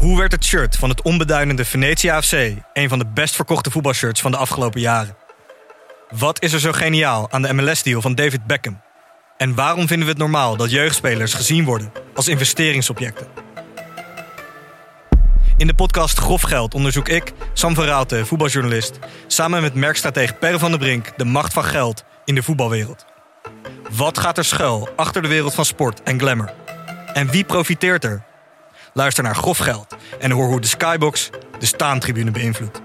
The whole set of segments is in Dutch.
Hoe werd het shirt van het onbeduidende Venetia FC een van de best verkochte voetbalshirts van de afgelopen jaren? Wat is er zo geniaal aan de MLS-deal van David Beckham? En waarom vinden we het normaal dat jeugdspelers gezien worden als investeringsobjecten? In de podcast Grof Geld onderzoek ik, Sam van Raalte, voetbaljournalist, samen met merkstratege Per van der Brink de macht van geld in de voetbalwereld. Wat gaat er schuil achter de wereld van sport en glamour? En wie profiteert er? Luister naar Grof Geld en hoor hoe de Skybox de staantribune beïnvloedt.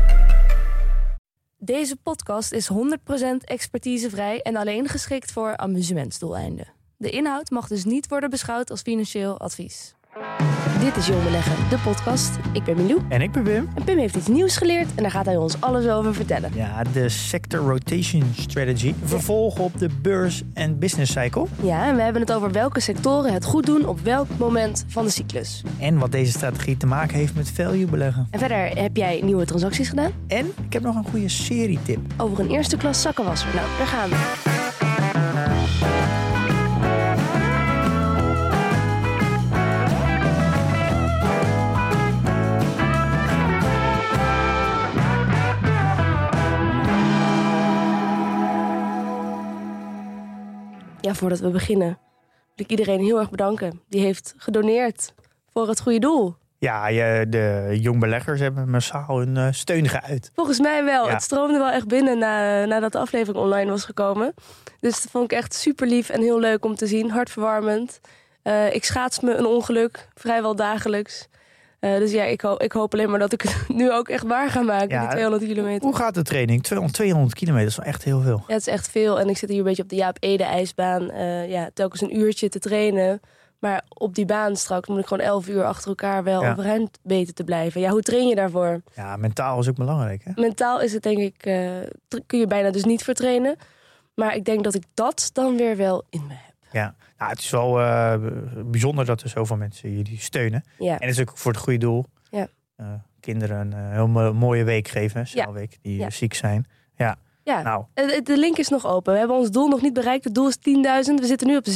Deze podcast is 100% expertisevrij en alleen geschikt voor amusementsdoeleinden. De inhoud mag dus niet worden beschouwd als financieel advies. Dit is Jong Beleggen, de podcast. Ik ben Milou. En ik ben Wim. En Pim heeft iets nieuws geleerd en daar gaat hij ons alles over vertellen. Ja, de Sector Rotation Strategy. Vervolg op de beurs- en business cycle. Ja, en we hebben het over welke sectoren het goed doen op welk moment van de cyclus. En wat deze strategie te maken heeft met value beleggen. En verder heb jij nieuwe transacties gedaan? En ik heb nog een goede serietip. Over een eerste klas zakkenwasser. Nou, daar gaan we. Ja, voordat we beginnen wil ik iedereen heel erg bedanken. Die heeft gedoneerd voor het goede doel. Ja, de jongbeleggers hebben massaal hun steun geuit. Volgens mij wel. Ja. Het stroomde wel echt binnen nadat de aflevering online was gekomen. Dus dat vond ik echt super lief en heel leuk om te zien. Hartverwarmend. Ik schaats me een ongeluk, vrijwel dagelijks. Dus ja, ik hoop alleen maar dat ik het nu ook echt waar ga maken, Ja, die 200 kilometer. Hoe gaat de training? 200 kilometer is wel echt heel veel. Ja, het is echt veel. En ik zit hier een beetje op de Jaap Ede ijsbaan. Telkens een uurtje te trainen. Maar op die baan straks moet ik gewoon 11 uur achter elkaar wel overeind weten te blijven. Ja, hoe train je daarvoor? Ja, mentaal is ook belangrijk, hè? Mentaal is het denk ik, kun je bijna dus niet voor trainen. Maar ik denk dat ik dat dan weer wel in me heb. Ja, nou, het is wel bijzonder dat er zoveel mensen jullie steunen. Ja. En het is ook voor het goede doel. Ja. Kinderen een heel mooie week geven, zaalweek, die ziek zijn. Ja. Ja, Nou. de link is nog open. We hebben ons doel nog niet bereikt. Het doel is 10.000. We zitten nu op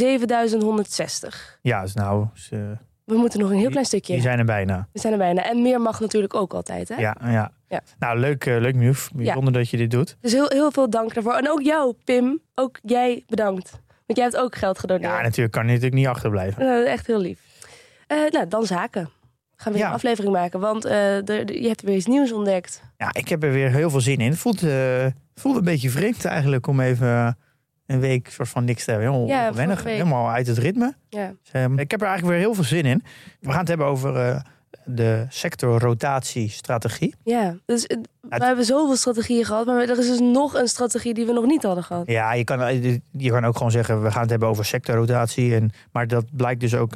7.160. Ja, dus nou... We moeten nog een heel klein stukje. Die zijn er bijna. We zijn er bijna. En meer mag natuurlijk ook altijd, hè? Ja. Nou, leuk move. Bijzonder dat je dit doet. Dus heel veel dank daarvoor. En ook jou, Pim. Ook jij bedankt. Want jij hebt ook geld gedoneerd. Ja, natuurlijk kan je natuurlijk niet achterblijven. Echt heel lief. Dan zaken. Gaan we weer een aflevering maken. Want je hebt weer iets nieuws ontdekt. Ja, ik heb er weer heel veel zin in. Het voelt een beetje vreemd eigenlijk om even een week soort van niks te hebben. Helemaal weinig, helemaal uit het ritme. Ja. Dus, ik heb er eigenlijk weer heel veel zin in. We gaan het hebben over de sectorrotatiestrategie. Ja, dus we hebben zoveel strategieën gehad, maar er is dus nog een strategie die we nog niet hadden gehad. Ja, je kan ook gewoon zeggen, we gaan het hebben over sectorrotatie. Maar dat blijkt dus ook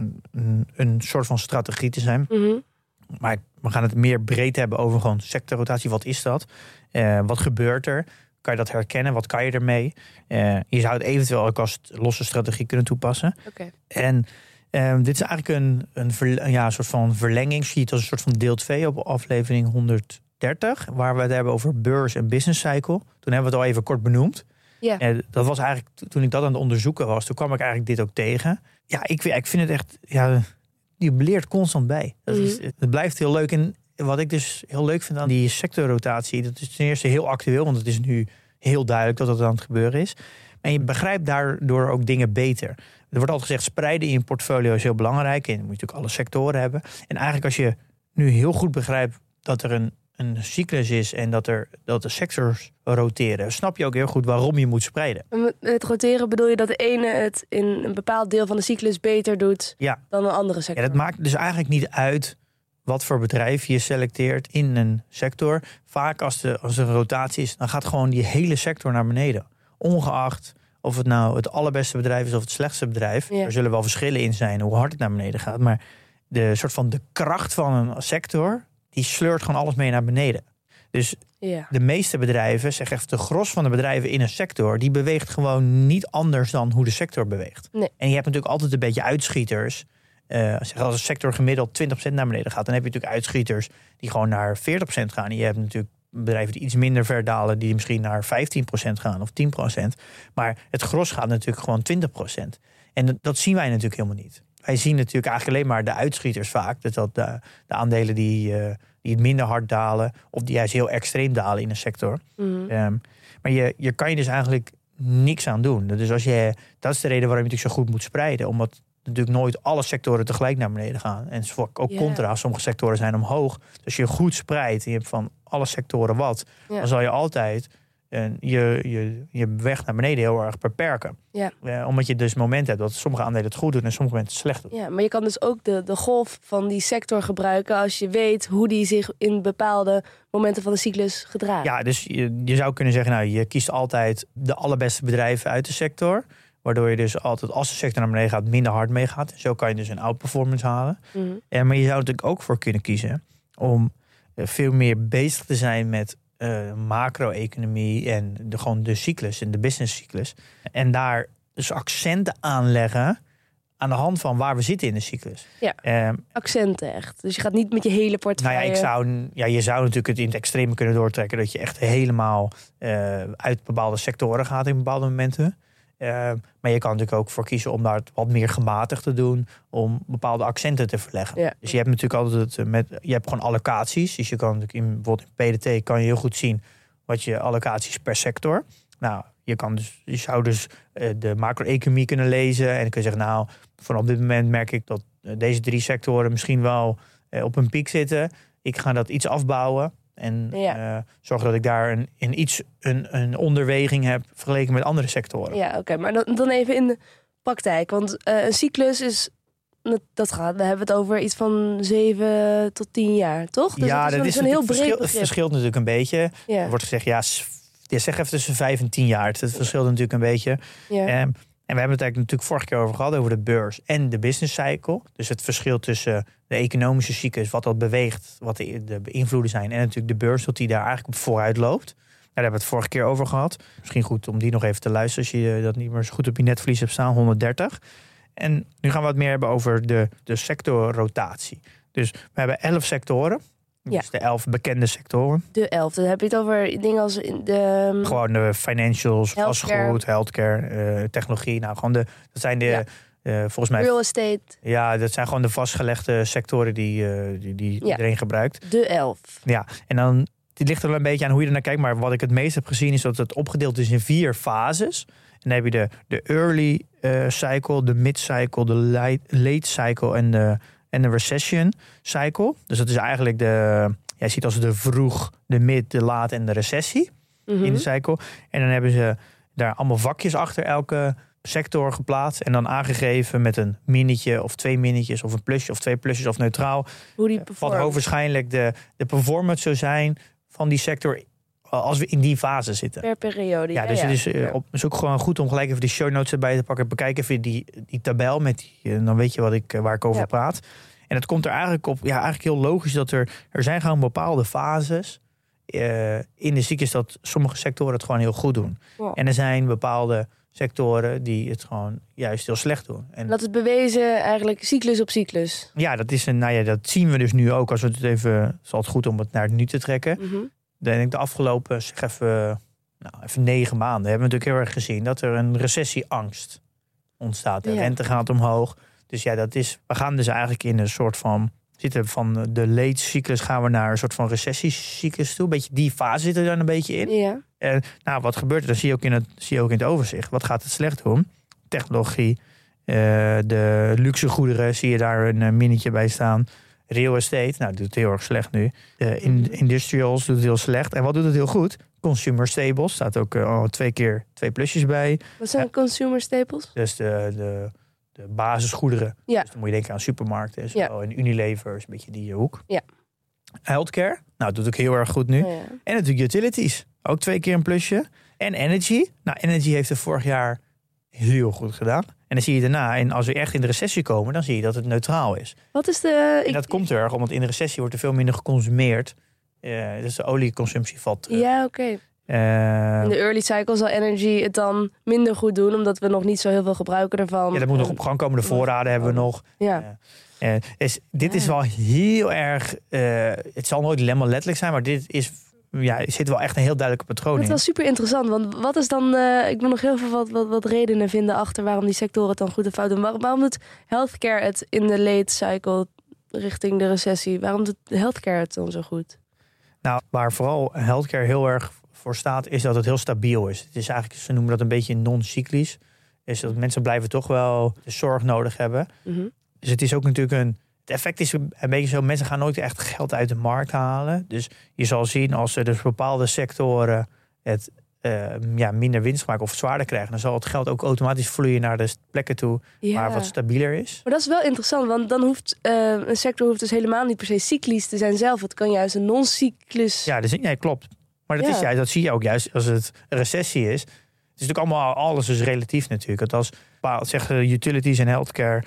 een soort van strategie te zijn. Mm-hmm. Maar we gaan het meer breed hebben over gewoon sectorrotatie. Wat is dat? Wat gebeurt er? Kan je dat herkennen? Wat kan je ermee? Je zou het eventueel ook als losse strategie kunnen toepassen. Okay. En dit is eigenlijk een soort van verlenging. Zie je het als een soort van deel 2 op aflevering 130. Waar we het hebben over beurs en business cycle. Toen hebben we het al even kort benoemd. Yeah. Dat was eigenlijk, toen ik dat aan het onderzoeken was, toen kwam ik eigenlijk dit ook tegen. Ja, ik vind het echt, je leert constant bij. Het blijft heel leuk. En wat ik dus heel leuk vind aan die sectorrotatie, dat is ten eerste heel actueel, want het is nu heel duidelijk dat dat aan het gebeuren is. En je begrijpt daardoor ook dingen beter. Er wordt altijd gezegd, spreiden in je portfolio is heel belangrijk. En je moet natuurlijk alle sectoren hebben. En eigenlijk als je nu heel goed begrijpt dat er een cyclus is en dat de sectors roteren, snap je ook heel goed waarom je moet spreiden. Met roteren bedoel je dat de ene het in een bepaald deel van de cyclus beter doet dan een andere sector? Ja, dat maakt dus eigenlijk niet uit wat voor bedrijf je selecteert in een sector. Vaak als er een rotatie is, dan gaat gewoon die hele sector naar beneden. Ongeacht of het nou het allerbeste bedrijf is of het slechtste bedrijf. Ja. Er zullen wel verschillen in zijn hoe hard het naar beneden gaat. Maar de kracht van een sector, die sleurt gewoon alles mee naar beneden. Dus de meeste bedrijven, zeg echt de gros van de bedrijven in een sector, die beweegt gewoon niet anders dan hoe de sector beweegt. Nee. En je hebt natuurlijk altijd een beetje uitschieters. Als een sector gemiddeld 20% naar beneden gaat, dan heb je natuurlijk uitschieters die gewoon naar 40% gaan. En je hebt natuurlijk bedrijven die iets minder ver dalen, die misschien naar 15% gaan of 10%. Maar het gros gaat natuurlijk gewoon 20%. En dat zien wij natuurlijk helemaal niet. wij zien natuurlijk eigenlijk alleen maar de uitschieters vaak. Dus dat de aandelen die het minder hard dalen of die juist heel extreem dalen in een sector. Maar je kan je dus eigenlijk niks aan doen. Dus dat is de reden waarom je natuurlijk zo goed moet spreiden. Omdat natuurlijk nooit alle sectoren tegelijk naar beneden gaan. En ook contra, sommige sectoren zijn omhoog. Dus als je goed spreidt en je hebt van alle sectoren wat, dan zal je altijd je weg naar beneden heel erg beperken. Ja. Omdat je dus momenten hebt dat sommige aandelen het goed doen en sommige momenten het slecht doen. Ja, maar je kan dus ook de golf van die sector gebruiken als je weet hoe die zich in bepaalde momenten van de cyclus gedraagt. Ja, dus je zou kunnen zeggen, nou, je kiest altijd de allerbeste bedrijven uit de sector. Waardoor je dus altijd, als de sector naar beneden gaat, minder hard meegaat. Zo kan je dus een outperformance halen. Maar je zou er natuurlijk ook voor kunnen kiezen om veel meer bezig te zijn met macro-economie en gewoon de cyclus en de business-cyclus. En daar dus accenten aan leggen aan de hand van waar we zitten in de cyclus. Ja, accenten echt. Dus je gaat niet met je hele portefeuille. Nou ja, je zou natuurlijk het in het extreme kunnen doortrekken dat je echt helemaal uit bepaalde sectoren gaat in bepaalde momenten. Maar je kan natuurlijk ook voor kiezen om daar wat meer gematigd te doen, om bepaalde accenten te verleggen. Ja. Dus je hebt natuurlijk altijd je hebt gewoon allocaties. Dus je kan natuurlijk bijvoorbeeld in PDT kan je heel goed zien wat je allocaties per sector. Nou, je zou dus de macro-economie kunnen lezen en dan kun je zeggen, nou, van op dit moment merk ik dat deze 3 sectoren misschien wel op een piek zitten. Ik ga dat iets afbouwen. En zorgen dat ik daar een onderweging heb vergeleken met andere sectoren. Ja, oké. Maar dan even in de praktijk. Want een cyclus is, we hebben het over iets van 7 tot 10 jaar, toch? Dus ja, dat is een heel breed begrip. Het verschilt natuurlijk een beetje. Ja. Er wordt gezegd, zeg even tussen 5 en 10 jaar. Het verschilt natuurlijk een beetje. Ja. En we hebben het eigenlijk natuurlijk vorige keer over gehad, over de beurs en de business cycle. Dus het verschil tussen de economische cyclus, wat dat beweegt, wat de beïnvloeden zijn, en natuurlijk de beurs, dat die daar eigenlijk op vooruit loopt. Daar hebben we het vorige keer over gehad. Misschien goed om die nog even te luisteren als je dat niet meer zo goed op je netvlies hebt staan, 130. En nu gaan we wat meer hebben over de sectorrotatie. Dus we hebben 11 sectoren. Dus de 11 bekende sectoren. De 11. Dan heb je het over dingen als gewoon de financials, vastgoed, healthcare, technologie. Nou, gewoon dat zijn de volgens mij real estate. Ja, dat zijn gewoon de vastgelegde sectoren die iedereen gebruikt. De 11. Ja, en dan het ligt er wel een beetje aan hoe je er naar kijkt. Maar wat ik het meest heb gezien is dat het opgedeeld is in 4 fases. En dan heb je de early cycle, de mid cycle, de late cycle en de recession cycle. Dus dat is eigenlijk jij ziet als de vroeg, de mid, de laat en de recessie in de cycle. En dan hebben ze daar allemaal vakjes achter elke sector geplaatst. En dan aangegeven met een minnetje of 2 minnetjes of een plusje of 2 plusjes of neutraal. Hoe die wat hoogwaarschijnlijk de performance zou zijn van die sector als we in die fase zitten. Per periode. Ja, dus het is ook gewoon goed om gelijk even de show notes erbij te pakken. Bekijk even die tabel met dan weet je waar ik over praat. En het komt er eigenlijk op, eigenlijk heel logisch dat er zijn gewoon bepaalde fases in de cyclus dat sommige sectoren het gewoon heel goed doen. Wow. En er zijn bepaalde sectoren die het gewoon juist heel slecht doen. En dat is bewezen eigenlijk cyclus op cyclus. Ja, dat is dat zien we dus nu ook. Als we het even, is het goed om het naar het nu te trekken. Denk ik de afgelopen, even 9 maanden hebben we natuurlijk heel erg gezien dat er een recessieangst ontstaat. De rente gaat omhoog. Dus we gaan dus eigenlijk in een soort van zitten van de late cyclus gaan we naar een soort van recessiecyclus toe. Een beetje die fase zit er dan een beetje in. Ja. En wat gebeurt er? Dat zie je ook in het overzicht. Wat gaat het slecht doen? Technologie, de luxe goederen, zie je daar een minnetje bij staan. Real estate, doet het heel erg slecht nu. Industrials doet het heel slecht. En wat doet het heel goed? Consumer staples, staat ook al 2 keer 2 plusjes bij. Wat zijn consumer staples? Dus de basisgoederen. Ja. Dus dan moet je denken aan supermarkten en zo. Ja. En Unilever is een beetje die hoek. Ja. Healthcare, doet ook heel erg goed nu. Ja. En natuurlijk utilities, ook 2 keer een plusje. En energy. Energy heeft het vorig jaar heel goed gedaan. En dan zie je daarna, en als we echt in de recessie komen, dan zie je dat het neutraal is. Wat is en dat komt erg, omdat in de recessie wordt er veel minder geconsumeerd. Dus de olieconsumptie valt terug. Ja, oké. In de early cycle zal energy het dan minder goed doen, omdat we nog niet zo heel veel gebruiken ervan. Ja, dat moet nog op gang komen. De voorraden hebben we nog. Ja. Dit is wel heel erg. Het zal nooit helemaal letterlijk zijn, maar dit is zit wel echt een heel duidelijke patroon in. Dat was super interessant, want wat is dan... ik wil nog heel veel wat redenen vinden achter waarom die sectoren het dan goed of fout doen. Waarom doet healthcare het in de late cycle richting de recessie? Waarom doet healthcare het dan zo goed? Nou, waar vooral healthcare heel erg voor staat, is dat het heel stabiel is. Het is eigenlijk, ze noemen dat een beetje non-cyclisch. Is dat mensen blijven toch wel de zorg nodig hebben. Mm-hmm. Dus het is ook natuurlijk het effect is een beetje zo, mensen gaan nooit echt geld uit de markt halen. Dus je zal zien als er dus bepaalde sectoren het minder winst maken of zwaarder krijgen, dan zal het geld ook automatisch vloeien naar de plekken toe waar wat stabieler is. Maar dat is wel interessant, want dan hoeft een sector hoeft dus helemaal niet per se cyclisch te zijn zelf. Het kan juist een non-cyclus... Ja, klopt. Maar dat zie je ook juist als het een recessie is. Het is natuurlijk allemaal, alles is relatief natuurlijk. Dat als zeggen utilities en healthcare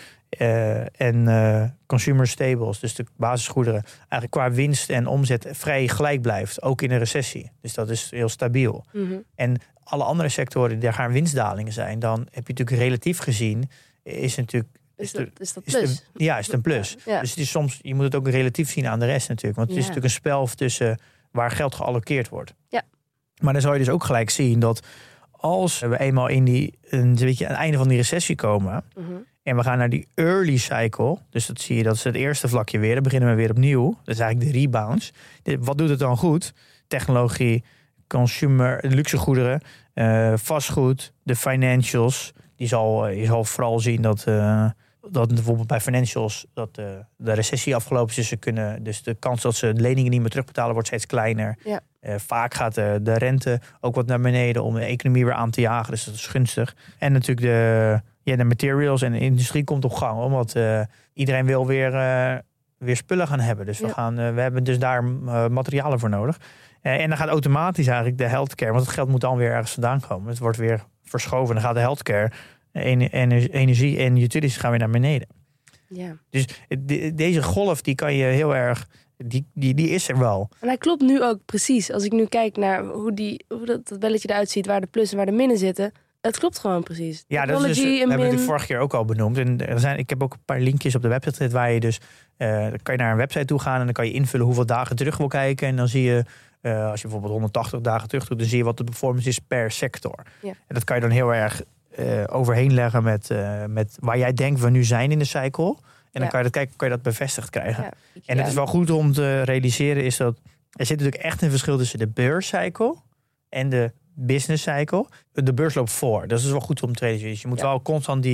en consumer staples, dus de basisgoederen, eigenlijk qua winst en omzet vrij gelijk blijft, ook in een recessie. Dus dat is heel stabiel. Mm-hmm. En alle andere sectoren, daar gaan winstdalingen zijn, dan heb je natuurlijk relatief gezien, is natuurlijk... Is dat plus? Is het een plus. Ja. Dus het is soms, je moet het ook relatief zien aan de rest natuurlijk. Want het is natuurlijk een spel tussen waar geld gealloceerd wordt. Ja. Maar dan zou je dus ook gelijk zien dat als we eenmaal in aan het einde van die recessie komen, Mm-hmm. en we gaan naar die early cycle, dus dat zie je, dat is het eerste vlakje weer, dan beginnen we weer opnieuw. Dat is eigenlijk de rebounds. Wat doet het dan goed? Technologie, consumer, luxegoederen, vastgoed, de financials. Je zal vooral zien dat bijvoorbeeld bij financials dat de recessie afgelopen is. Dus de kans dat ze leningen niet meer terugbetalen wordt steeds kleiner. Ja. Vaak gaat de rente ook wat naar beneden om de economie weer aan te jagen. Dus dat is gunstig. En natuurlijk de materials en de industrie komt op gang. Omdat iedereen wil weer spullen gaan hebben. Dus we hebben dus daar materialen voor nodig. En dan gaat automatisch eigenlijk de healthcare, want het geld moet dan weer ergens vandaan komen. Het wordt weer verschoven. Dan gaat de healthcare, energie en utilities gaan weer naar beneden. Ja. Dus deze golf, die kan je heel erg... Die is er wel. En hij klopt nu ook precies. Als ik nu kijk naar hoe dat belletje eruit ziet, waar de plus en waar de minnen zitten. Het klopt gewoon precies. Ja, dat is dus, we hebben het vorige keer ook al benoemd. En ik heb ook een paar linkjes op de website waar je dus... dan kan je naar een website toe gaan en dan kan je invullen hoeveel dagen terug wil kijken. En dan zie je, als je bijvoorbeeld 180 dagen terug doet, dan zie je wat de performance is per sector. Ja. En dat kan je dan heel erg overheen leggen met waar jij denkt we nu zijn in de cycle. En dan kan je dat bevestigd krijgen. Ja. En het is wel goed om te realiseren is dat er zit natuurlijk echt een verschil tussen de beurscycle en de business cycle. De beurs loopt voor. Dat is wel goed om te realiseren. Dus je moet wel constant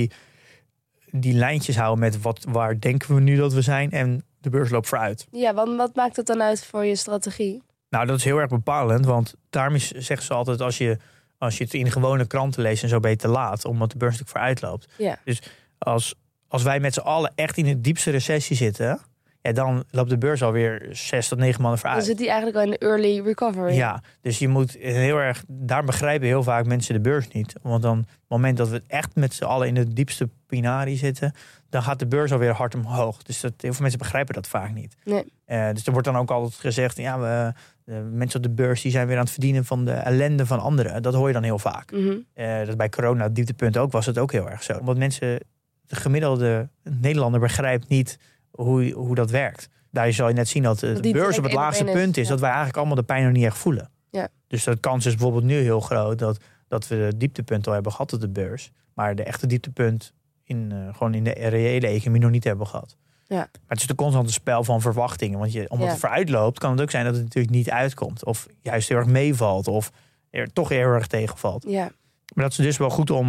die lijntjes houden met waar denken we nu dat we zijn en de beurs loopt vooruit. Ja, want wat maakt het dan uit voor je strategie? Nou, dat is heel erg bepalend, want daarom zeggen ze altijd als je het in gewone kranten leest en zo ben je te laat, omdat de beurs natuurlijk vooruit loopt. Ja. Dus als wij met z'n allen echt in de diepste recessie zitten, dan loopt de beurs alweer 6 tot 9 maanden vooruit. Dan zit die eigenlijk al in de early recovery. Ja, dus je moet heel erg... Daar begrijpen heel vaak mensen de beurs niet. Want dan, op het moment dat we echt met z'n allen in de diepste pinarie zitten, dan gaat de beurs alweer hard omhoog. Dus heel veel mensen begrijpen dat vaak niet. Nee. Dus er wordt dan ook altijd gezegd, de mensen op de beurs die zijn weer aan het verdienen van de ellende van anderen. Dat hoor je dan heel vaak. Mm-hmm. Dat bij corona, het dieptepunt ook, was het ook heel erg zo. Omdat mensen, de gemiddelde Nederlander begrijpt niet hoe dat werkt. Daar zal je net zien dat de beurs op het laagste punt is. Dat wij eigenlijk allemaal de pijn nog niet echt voelen. Ja. Dus de kans is bijvoorbeeld nu heel groot dat we de dieptepunt al hebben gehad op de beurs. Maar de echte dieptepunt gewoon in de reële economie nog niet hebben gehad. Ja. Maar het is een constante spel van verwachtingen. Want omdat het vooruit loopt, kan het ook zijn dat het natuurlijk niet uitkomt. Of juist heel erg meevalt. Of toch heel erg tegenvalt. Ja. Maar dat is dus wel goed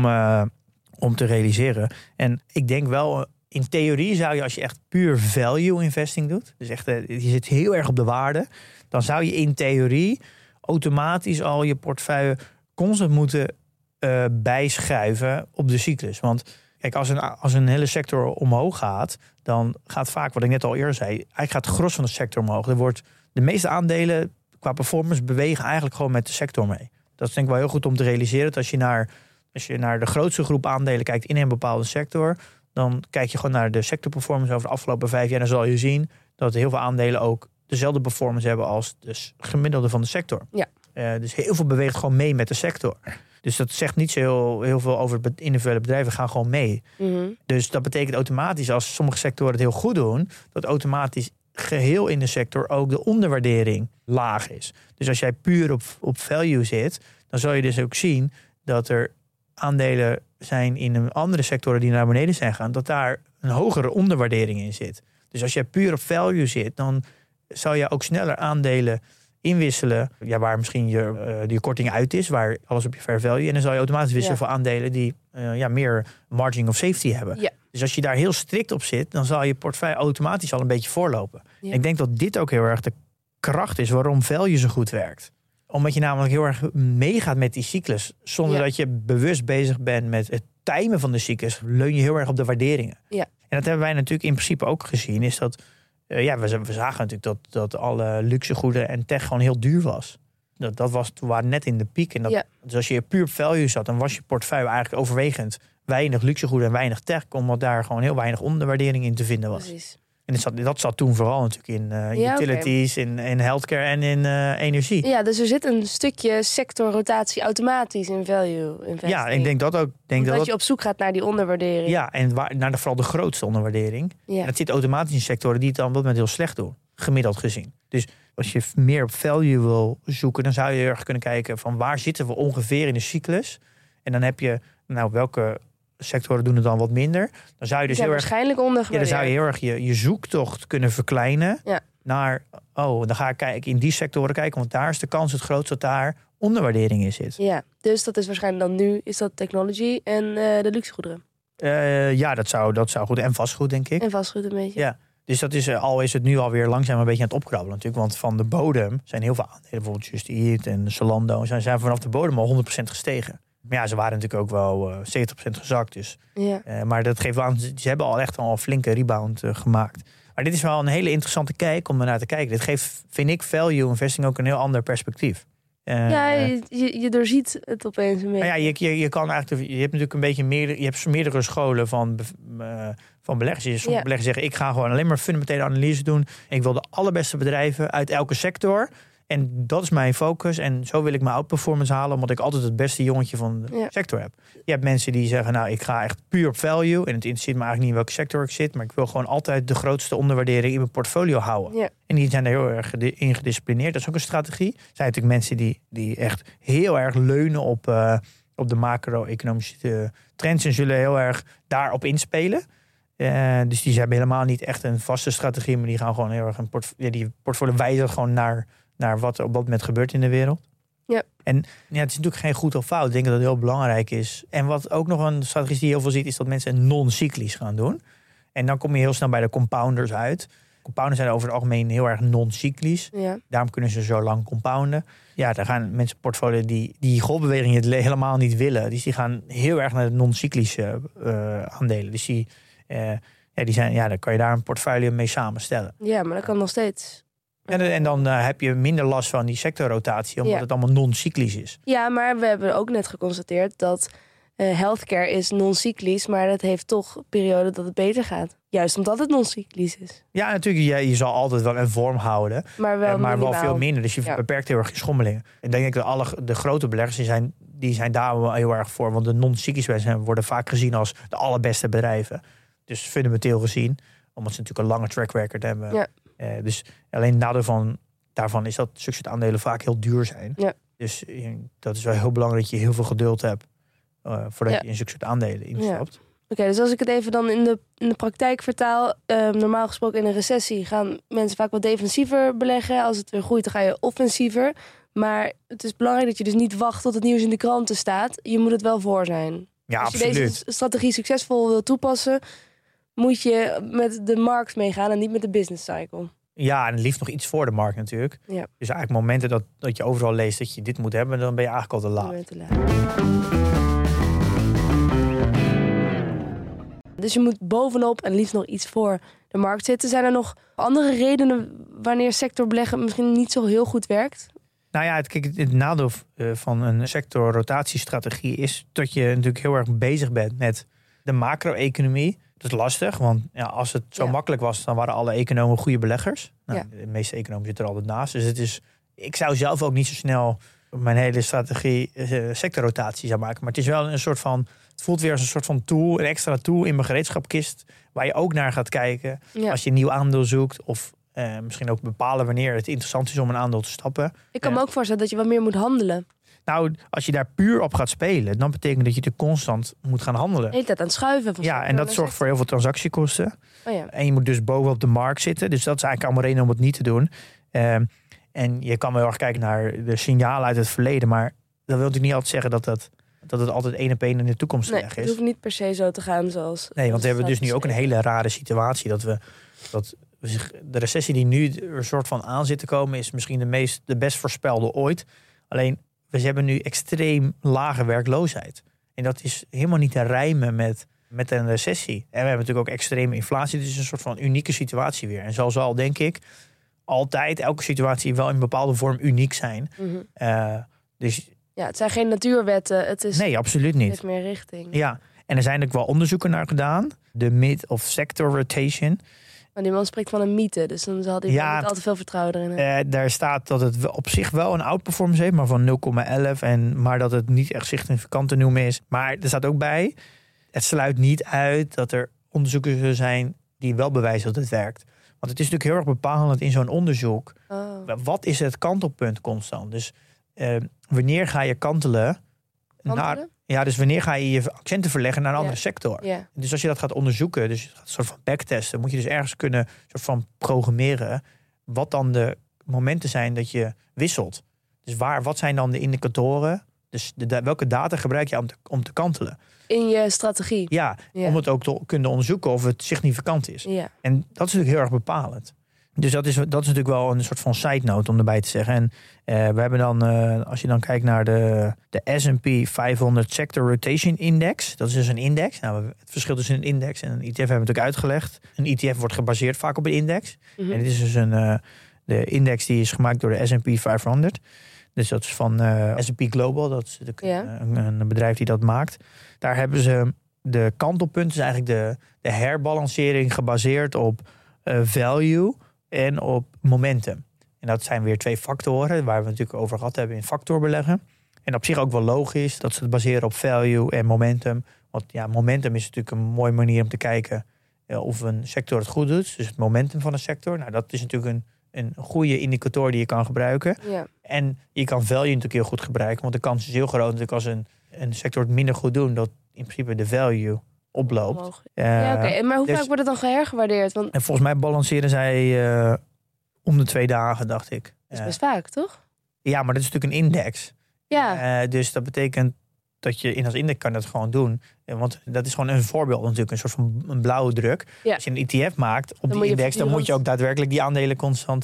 om te realiseren. En ik denk wel, in theorie zou je, als je echt puur value investing doet, dus echt je zit heel erg op de waarde, dan zou je in theorie automatisch al je portefeuille constant moeten bijschuiven op de cyclus. Want kijk, als een hele sector omhoog gaat, dan gaat vaak, wat ik net al eerder zei, eigenlijk gaat het gros van de sector omhoog. De meeste aandelen qua performance bewegen eigenlijk gewoon met de sector mee. Dat is denk ik wel heel goed om te realiseren. Dat als je naar de grootste groep aandelen kijkt in een bepaalde sector, dan kijk je gewoon naar de sectorperformance over de afgelopen 5 jaar. Dan zal je zien dat heel veel aandelen ook dezelfde performance hebben als de gemiddelde van de sector. Ja. Dus heel veel beweegt gewoon mee met de sector. Dus dat zegt niet zo heel veel over individuele bedrijven, gaan gewoon mee. Mm-hmm. Dus dat betekent automatisch, als sommige sectoren het heel goed doen, dat automatisch geheel in de sector ook de onderwaardering laag is. Dus als jij puur op value zit, dan zal je dus ook zien dat er aandelen zijn in een andere sectoren die naar beneden zijn gegaan, dat daar een hogere onderwaardering in zit. Dus als jij puur op value zit, dan zou je ook sneller aandelen inwisselen, waar misschien je korting uit is, waar alles op je fair value. En dan zal je automatisch wisselen voor aandelen die meer margin of safety hebben. Ja. Dus als je daar heel strikt op zit, dan zal je portefeuille automatisch al een beetje voorlopen. Ja. Ik denk dat dit ook heel erg de kracht is waarom value zo goed werkt. Omdat je namelijk heel erg meegaat met die cyclus. Zonder dat je bewust bezig bent met het timen van de cyclus, leun je heel erg op de waarderingen. Ja. En dat hebben wij natuurlijk in principe ook gezien, is dat we zagen natuurlijk dat alle luxegoeden en tech gewoon heel duur was. We waren net in de piek. En dus als je puur op value zat, dan was je portefeuille eigenlijk overwegend weinig luxegoeden en weinig tech, omdat daar gewoon heel weinig onderwaardering in te vinden was. Precies. En dat zat toen vooral natuurlijk in utilities, in healthcare en in energie. Ja, dus er zit een stukje sectorrotatie automatisch in value investing. Ja, ik denk dat ook. Dat je op zoek gaat naar die onderwaardering. Ja, en naar vooral de grootste onderwaardering. Ja. En dat zit automatisch in sectoren die het dan op dat moment heel slecht doen, gemiddeld gezien. Dus als je meer op value wil zoeken, dan zou je heel erg kunnen kijken van waar zitten we ongeveer in de cyclus. En dan heb je, welke sectoren doen het dan wat minder. Dan zou je dus waarschijnlijk ondergewaardeerd. Dan zou je heel erg je zoektocht kunnen verkleinen naar, dan ga ik kijken in die sectoren kijken, want daar is de kans het grootst dat daar onderwaardering in zit. Ja, dus dat is waarschijnlijk dan nu, is dat technology en de luxegoederen. Dat zou goed. En vastgoed, denk ik. En vastgoed een beetje. Ja. Dus dat is, al is het nu alweer langzaam een beetje aan het opkrabbelen natuurlijk. Want van de bodem zijn heel veel aandelen, bijvoorbeeld Just Eat en Zalando, zijn vanaf de bodem al 100% gestegen. Maar ja, ze waren natuurlijk ook wel 70% gezakt. Dus. Ja. Maar dat geeft wel aan, ze hebben al echt al een flinke rebound gemaakt. Maar dit is wel een hele interessante kijk om ernaar te kijken. Dit geeft, vind ik, value investing ook een heel ander perspectief. Je doorziet het opeens een beetje. Je kan eigenlijk, je hebt natuurlijk een beetje meerdere scholen van beleggers. Sommige beleggers zeggen, ik ga gewoon alleen maar fundamentele analyse doen. Ik wil de allerbeste bedrijven uit elke sector. En dat is mijn focus. En zo wil ik mijn outperformance halen, omdat ik altijd het beste jongetje van de sector heb. Je hebt mensen die zeggen, ik ga echt puur op value. En het interesseert me eigenlijk niet in welke sector ik zit. Maar ik wil gewoon altijd de grootste onderwaardering in mijn portfolo houden. Ja. En die zijn er heel erg in gedisciplineerd. Dat is ook een strategie. Er zijn natuurlijk mensen die echt heel erg leunen op de macro-economische trends. En zullen heel erg daarop inspelen. Dus die hebben helemaal niet echt een vaste strategie. Maar die gaan gewoon heel erg die portfolio wijzigen gewoon naar wat er op dat moment gebeurt in de wereld. Ja. En het is natuurlijk geen goed of fout. Ik denk dat het heel belangrijk is. En wat ook nog een strategie die je heel veel ziet, is dat mensen non-cyclisch gaan doen. En dan kom je heel snel bij de compounders uit. Compounders zijn over het algemeen heel erg non-cyclisch. Ja. Daarom kunnen ze zo lang compounden. Ja, daar gaan mensen portfolio die golfbeweging helemaal niet willen. Dus die gaan heel erg naar de non-cyclische aandelen. Dus dan kan je daar een portfolio mee samenstellen. Ja, maar dat kan nog steeds. En dan heb je minder last van die sectorrotatie, omdat het allemaal non-cyclisch is. Ja, maar we hebben ook net geconstateerd dat healthcare is non-cyclisch, maar dat heeft toch een periode dat het beter gaat. Juist omdat het non-cyclisch is. Ja, natuurlijk, je zal altijd wel een vorm houden, maar wel veel minder. Dus je beperkt heel erg je schommelingen. En denk ik dat de grote beleggers die zijn daar wel heel erg voor, want de non-cyclisch bedrijven worden vaak gezien als de allerbeste bedrijven. Dus fundamenteel gezien, omdat ze natuurlijk een lange track record hebben. Ja. Dus alleen nadeel daarvan is dat zulke soort aandelen vaak heel duur zijn. Ja. Dus dat is wel heel belangrijk dat je heel veel geduld hebt voordat je in zulke soort aandelen instapt. Ja. Oké, dus als ik het even dan in de praktijk vertaal. Normaal gesproken in een recessie gaan mensen vaak wat defensiever beleggen. Als het weer groeit, dan ga je offensiever. Maar het is belangrijk dat je dus niet wacht tot het nieuws in de kranten staat. Je moet het wel voor zijn. Ja, als je absoluut. deze strategie succesvol wil toepassen, moet je met de markt meegaan en niet met de business cycle. Ja, en liefst nog iets voor de markt natuurlijk. Ja. Dus eigenlijk momenten dat je overal leest dat je dit moet hebben, dan ben je eigenlijk al te laat. Dus je moet bovenop en liefst nog iets voor de markt zitten. Zijn er nog andere redenen wanneer sectorbeleggen misschien niet zo heel goed werkt? Nou ja, het nadeel van een sectorrotatiestrategie is dat je natuurlijk heel erg bezig bent met de macro-economie. Dat is lastig, want als het zo makkelijk was, dan waren alle economen goede beleggers. De meeste economen zitten er altijd naast. Dus ik zou zelf ook niet zo snel mijn hele strategie sectorrotatie zou maken. Maar het is wel een soort van, het voelt weer als een soort van tool, een extra tool in mijn gereedschapkist, waar je ook naar gaat kijken als je een nieuw aandeel zoekt of Misschien ook bepalen wanneer het interessant is om een aandeel te stappen. Ik kan me ook voorstellen dat je wat meer moet handelen. Nou, als je daar puur op gaat spelen, dan betekent dat je er constant moet gaan handelen. De hele tijd aan het schuiven. Ja, en dat zorgt voor heel veel transactiekosten. Oh ja. En je moet dus bovenop de markt zitten. Dus dat is eigenlijk allemaal reden om het niet te doen. En je kan wel heel erg kijken naar de signalen uit het verleden. Maar dat wil natuurlijk niet altijd zeggen dat het altijd 1 op 1 in de toekomst te leggen is. Het hoeft niet per se zo te gaan zoals... Nee, want we hebben dus nu ook een hele rare situatie. De recessie die nu er soort van aan zit te komen is misschien de best voorspelde ooit. Alleen, we hebben nu extreem lage werkloosheid. En dat is helemaal niet te rijmen met een recessie. En we hebben natuurlijk ook extreme inflatie. Dus het is een soort van unieke situatie weer. En zo zal, denk ik, altijd elke situatie wel in een bepaalde vorm uniek zijn. Mm-hmm. Dus... Ja, het zijn geen natuurwetten. Het is Nee, absoluut niet. heeft meer richting. Ja, en er zijn ook wel onderzoeken naar gedaan. De mid of sector rotation. Maar die man spreekt van een mythe, dus dan zal hij niet al te veel vertrouwen erin hebben. Daar staat dat het op zich wel een outperformance heeft, maar van 0,11. Maar dat het niet echt significant te noemen is. Maar er staat ook bij, het sluit niet uit dat er onderzoeken zullen zijn die wel bewijzen dat het werkt. Want het is natuurlijk heel erg bepalend in zo'n onderzoek. Oh. Wat is het kantelpunt constant? Dus wanneer ga je kantelen? Dus wanneer ga je accenten verleggen naar een andere sector? Ja. Dus als je dat gaat onderzoeken, dus je gaat een soort van backtesten, moet je dus ergens kunnen soort van programmeren wat dan de momenten zijn dat je wisselt. Dus wat zijn dan de indicatoren? Dus welke data gebruik je om te kantelen? In je strategie. Ja, om het ook te kunnen onderzoeken of het significant is. Ja. En dat is natuurlijk heel erg bepalend. Dus dat is natuurlijk wel een soort van side note om erbij te zeggen. En we hebben dan, als je dan kijkt naar de S&P 500 Sector Rotation Index. Dat is dus een index. Nou, het verschil tussen een index en een ETF hebben we natuurlijk uitgelegd. Een ETF wordt gebaseerd vaak op een index. Mm-hmm. En dit is dus de index die is gemaakt door de S&P 500. Dus dat is van S&P Global. Dat is natuurlijk een bedrijf die dat maakt. Daar hebben ze de kantelpunten, is eigenlijk de herbalancering gebaseerd op value en op momentum. En dat zijn weer 2 factoren waar we natuurlijk over gehad hebben in factorbeleggen. En op zich ook wel logisch dat ze het baseren op value en momentum. Want ja, momentum is natuurlijk een mooie manier om te kijken of een sector het goed doet. Dus het momentum van een sector. Nou, dat is natuurlijk een goede indicator die je kan gebruiken. Ja. En je kan value natuurlijk heel goed gebruiken. Want de kans is heel groot natuurlijk als een sector het minder goed doet, dat in principe de value oploopt. Oké. Maar hoe vaak wordt het dan gehergewaardeerd? Want en volgens mij balanceren zij om de 2 dagen, dacht ik. dat is best vaak, toch? Ja, maar dat is natuurlijk een index. Ja. Dus dat betekent dat je als index kan dat gewoon doen. Want dat is gewoon een voorbeeld natuurlijk, een soort van een blauwe druk. Ja. Als je een ETF maakt op Dan die index, dan moet je ook daadwerkelijk die aandelen constant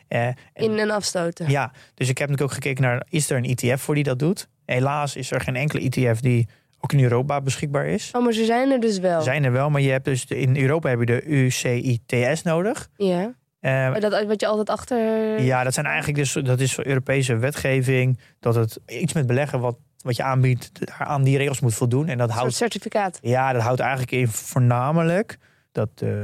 in- en afstoten. Ja, dus ik heb natuurlijk ook gekeken naar, is er een ETF voor die dat doet? Helaas is er geen enkele ETF die ook in Europa beschikbaar is. Oh, maar ze zijn er dus wel. Ze zijn er wel, maar je hebt dus in Europa heb je de UCITS nodig. Ja. Dat wat je altijd achter... Ja, dat zijn eigenlijk dus, dat is voor Europese wetgeving, dat het iets met beleggen wat je aanbiedt, aan die regels moet voldoen. En dat een houdt soort certificaat. Ja, dat houdt eigenlijk in voornamelijk dat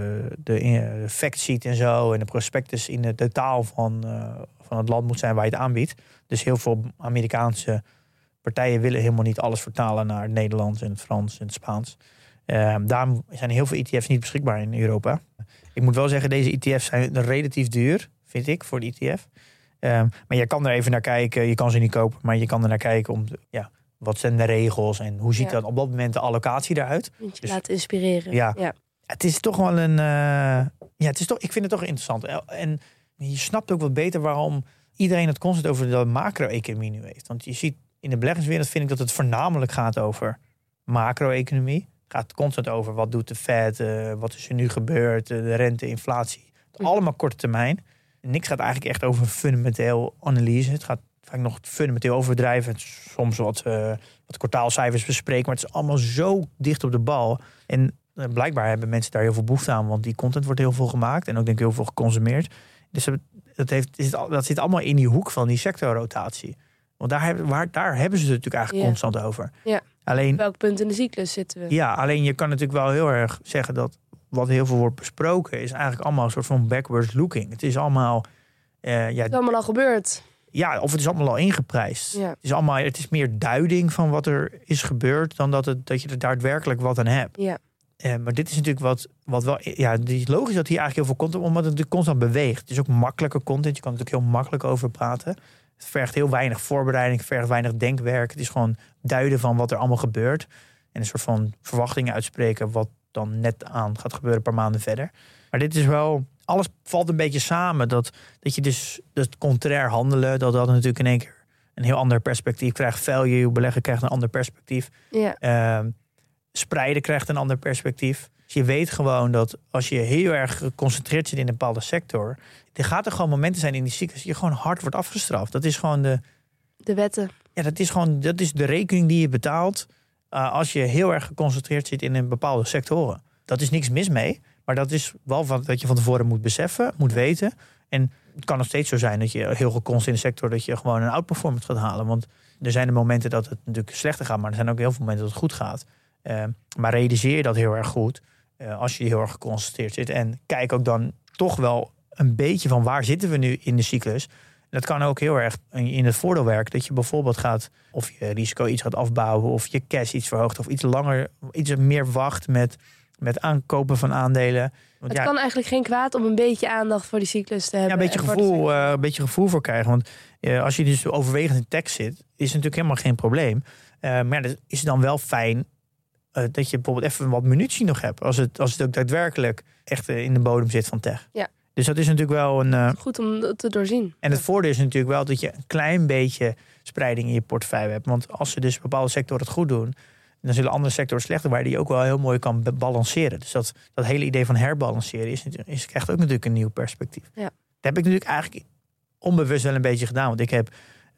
de fact sheet en zo en de prospectus in de taal van het land moet zijn waar je het aanbiedt. Dus heel veel Amerikaanse partijen willen helemaal niet alles vertalen naar het Nederlands en het Frans en het Spaans. Daarom zijn heel veel ETF's niet beschikbaar in Europa. Ik moet wel zeggen, deze ETF's zijn relatief duur, vind ik, voor de ETF. Maar je kan er even naar kijken. Je kan ze niet kopen, maar je kan er naar kijken wat zijn de regels en hoe ziet dan op dat moment de allocatie eruit. Moet je laten inspireren. Ja. Het is toch wel ik vind het toch interessant. En je snapt ook wat beter waarom iedereen het constant over de macro-economie nu heeft. Want je ziet in de beleggingswereld, vind ik dat het voornamelijk gaat over macro-economie. Het gaat constant over wat doet de Fed, wat is er nu gebeurd, de rente, inflatie. Allemaal korte termijn. Niks gaat eigenlijk echt over fundamenteel analyse. Het gaat vaak nog fundamenteel overdrijven. Soms wat kwartaalcijfers bespreken. Maar het is allemaal zo dicht op de bal. En blijkbaar hebben mensen daar heel veel behoefte aan. Want die content wordt heel veel gemaakt. En ook denk ik heel veel geconsumeerd. Dus dat zit allemaal in die hoek van die sectorrotatie. Want daar hebben ze het natuurlijk eigenlijk constant over. Ja. Alleen, welk punt in de cyclus zitten we? Ja, alleen je kan natuurlijk wel heel erg zeggen dat wat heel veel wordt besproken is eigenlijk allemaal een soort van backwards looking. Het is allemaal... het is allemaal al gebeurd. Ja, of het is allemaal al ingeprijsd. Ja. Het is meer duiding van wat er is gebeurd dan dat je er daadwerkelijk wat aan hebt. Ja. Maar dit is natuurlijk wat wel... Ja, het is logisch dat hier eigenlijk heel veel content... omdat het natuurlijk constant beweegt. Het is ook makkelijke content. Je kan er natuurlijk heel makkelijk over praten. Het vergt heel weinig voorbereiding. Het vergt weinig denkwerk. Het is gewoon duiden van wat er allemaal gebeurt. En een soort van verwachtingen uitspreken... wat dan net aan gaat gebeuren een paar maanden verder. Maar dit is wel... Alles valt een beetje samen. Dat je dus het contrair handelen... dat natuurlijk in één keer een heel ander perspectief krijgt. Value beleggen krijgt een ander perspectief. Ja. Spreiden krijgt een ander perspectief. Dus je weet gewoon dat als je heel erg geconcentreerd zit in een bepaalde sector... er gaat er gewoon momenten zijn in die cyclus... dat je gewoon hard wordt afgestraft. Dat is gewoon de wetten. Ja, dat is de rekening die je betaalt... als je heel erg geconcentreerd zit in een bepaalde sectoren. Dat is niks mis mee... Maar dat is wel wat je van tevoren moet beseffen, moet weten. En het kan nog steeds zo zijn dat je heel geconst in de sector... dat je gewoon een outperformance gaat halen. Want er zijn de momenten dat het natuurlijk slechter gaat... maar er zijn ook heel veel momenten dat het goed gaat. Maar realiseer je dat heel erg goed als je heel erg geconcentreerd zit. En kijk ook dan toch wel een beetje van waar zitten we nu in de cyclus. En dat kan ook heel erg in het voordeel werken. Dat je bijvoorbeeld gaat, of je risico iets gaat afbouwen... of je cash iets verhoogt of iets meer wacht met aankopen van aandelen. Want het kan eigenlijk geen kwaad om een beetje aandacht voor die cyclus te hebben. Ja, een beetje gevoel voor krijgen. Want als je dus overwegend in tech zit, is het natuurlijk helemaal geen probleem. Maar dan is het dan wel fijn dat je bijvoorbeeld even wat munitie nog hebt. Als het ook daadwerkelijk echt in de bodem zit van tech. Ja. Dus dat is natuurlijk wel een... Goed om te doorzien. En het voordeel is natuurlijk wel dat je een klein beetje spreiding in je portefeuille hebt. Want als ze dus bepaalde sectoren het goed doen... dan zullen andere sectoren slechter waar die je ook wel heel mooi kan balanceren. Dus dat hele idee van herbalanceren krijgt ook natuurlijk een nieuw perspectief. Ja. Dat heb ik natuurlijk eigenlijk onbewust wel een beetje gedaan. Want ik heb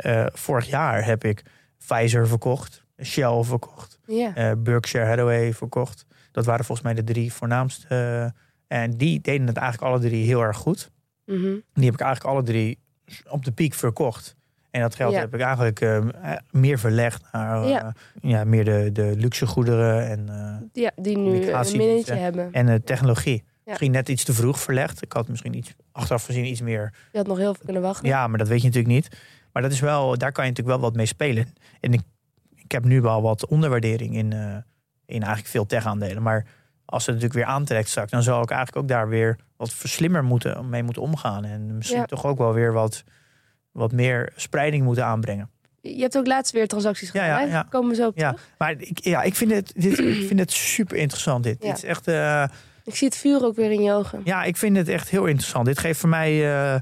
vorig jaar heb ik Pfizer verkocht, Shell verkocht, Berkshire Hathaway verkocht. Dat waren volgens mij de 3 voornaamste. En die deden het eigenlijk alle 3 heel erg goed. Mm-hmm. Die heb ik eigenlijk alle 3 op de piek verkocht. En dat geld heb ik eigenlijk meer verlegd naar meer de luxe goederen. En, die nu een minnetje hebben. En technologie. Ja. Misschien net iets te vroeg verlegd. Ik had misschien achteraf gezien iets meer... Je had nog heel veel kunnen wachten. Ja, maar dat weet je natuurlijk niet. Maar dat is wel, daar kan je natuurlijk wel wat mee spelen. En ik heb nu wel wat onderwaardering in eigenlijk veel tech-aandelen. Maar als het natuurlijk weer aantrekt straks... dan zal ik eigenlijk ook daar weer wat slimmer mee moeten omgaan. En misschien toch ook wel weer wat meer spreiding moeten aanbrengen. Je hebt ook laatst weer transacties gedaan. Ja. Komen we zo op terug. Maar ik vind het super interessant dit. Dit is echt... ik zie het vuur ook weer in je ogen. Ja, ik vind het echt heel interessant. Dit geeft voor mij...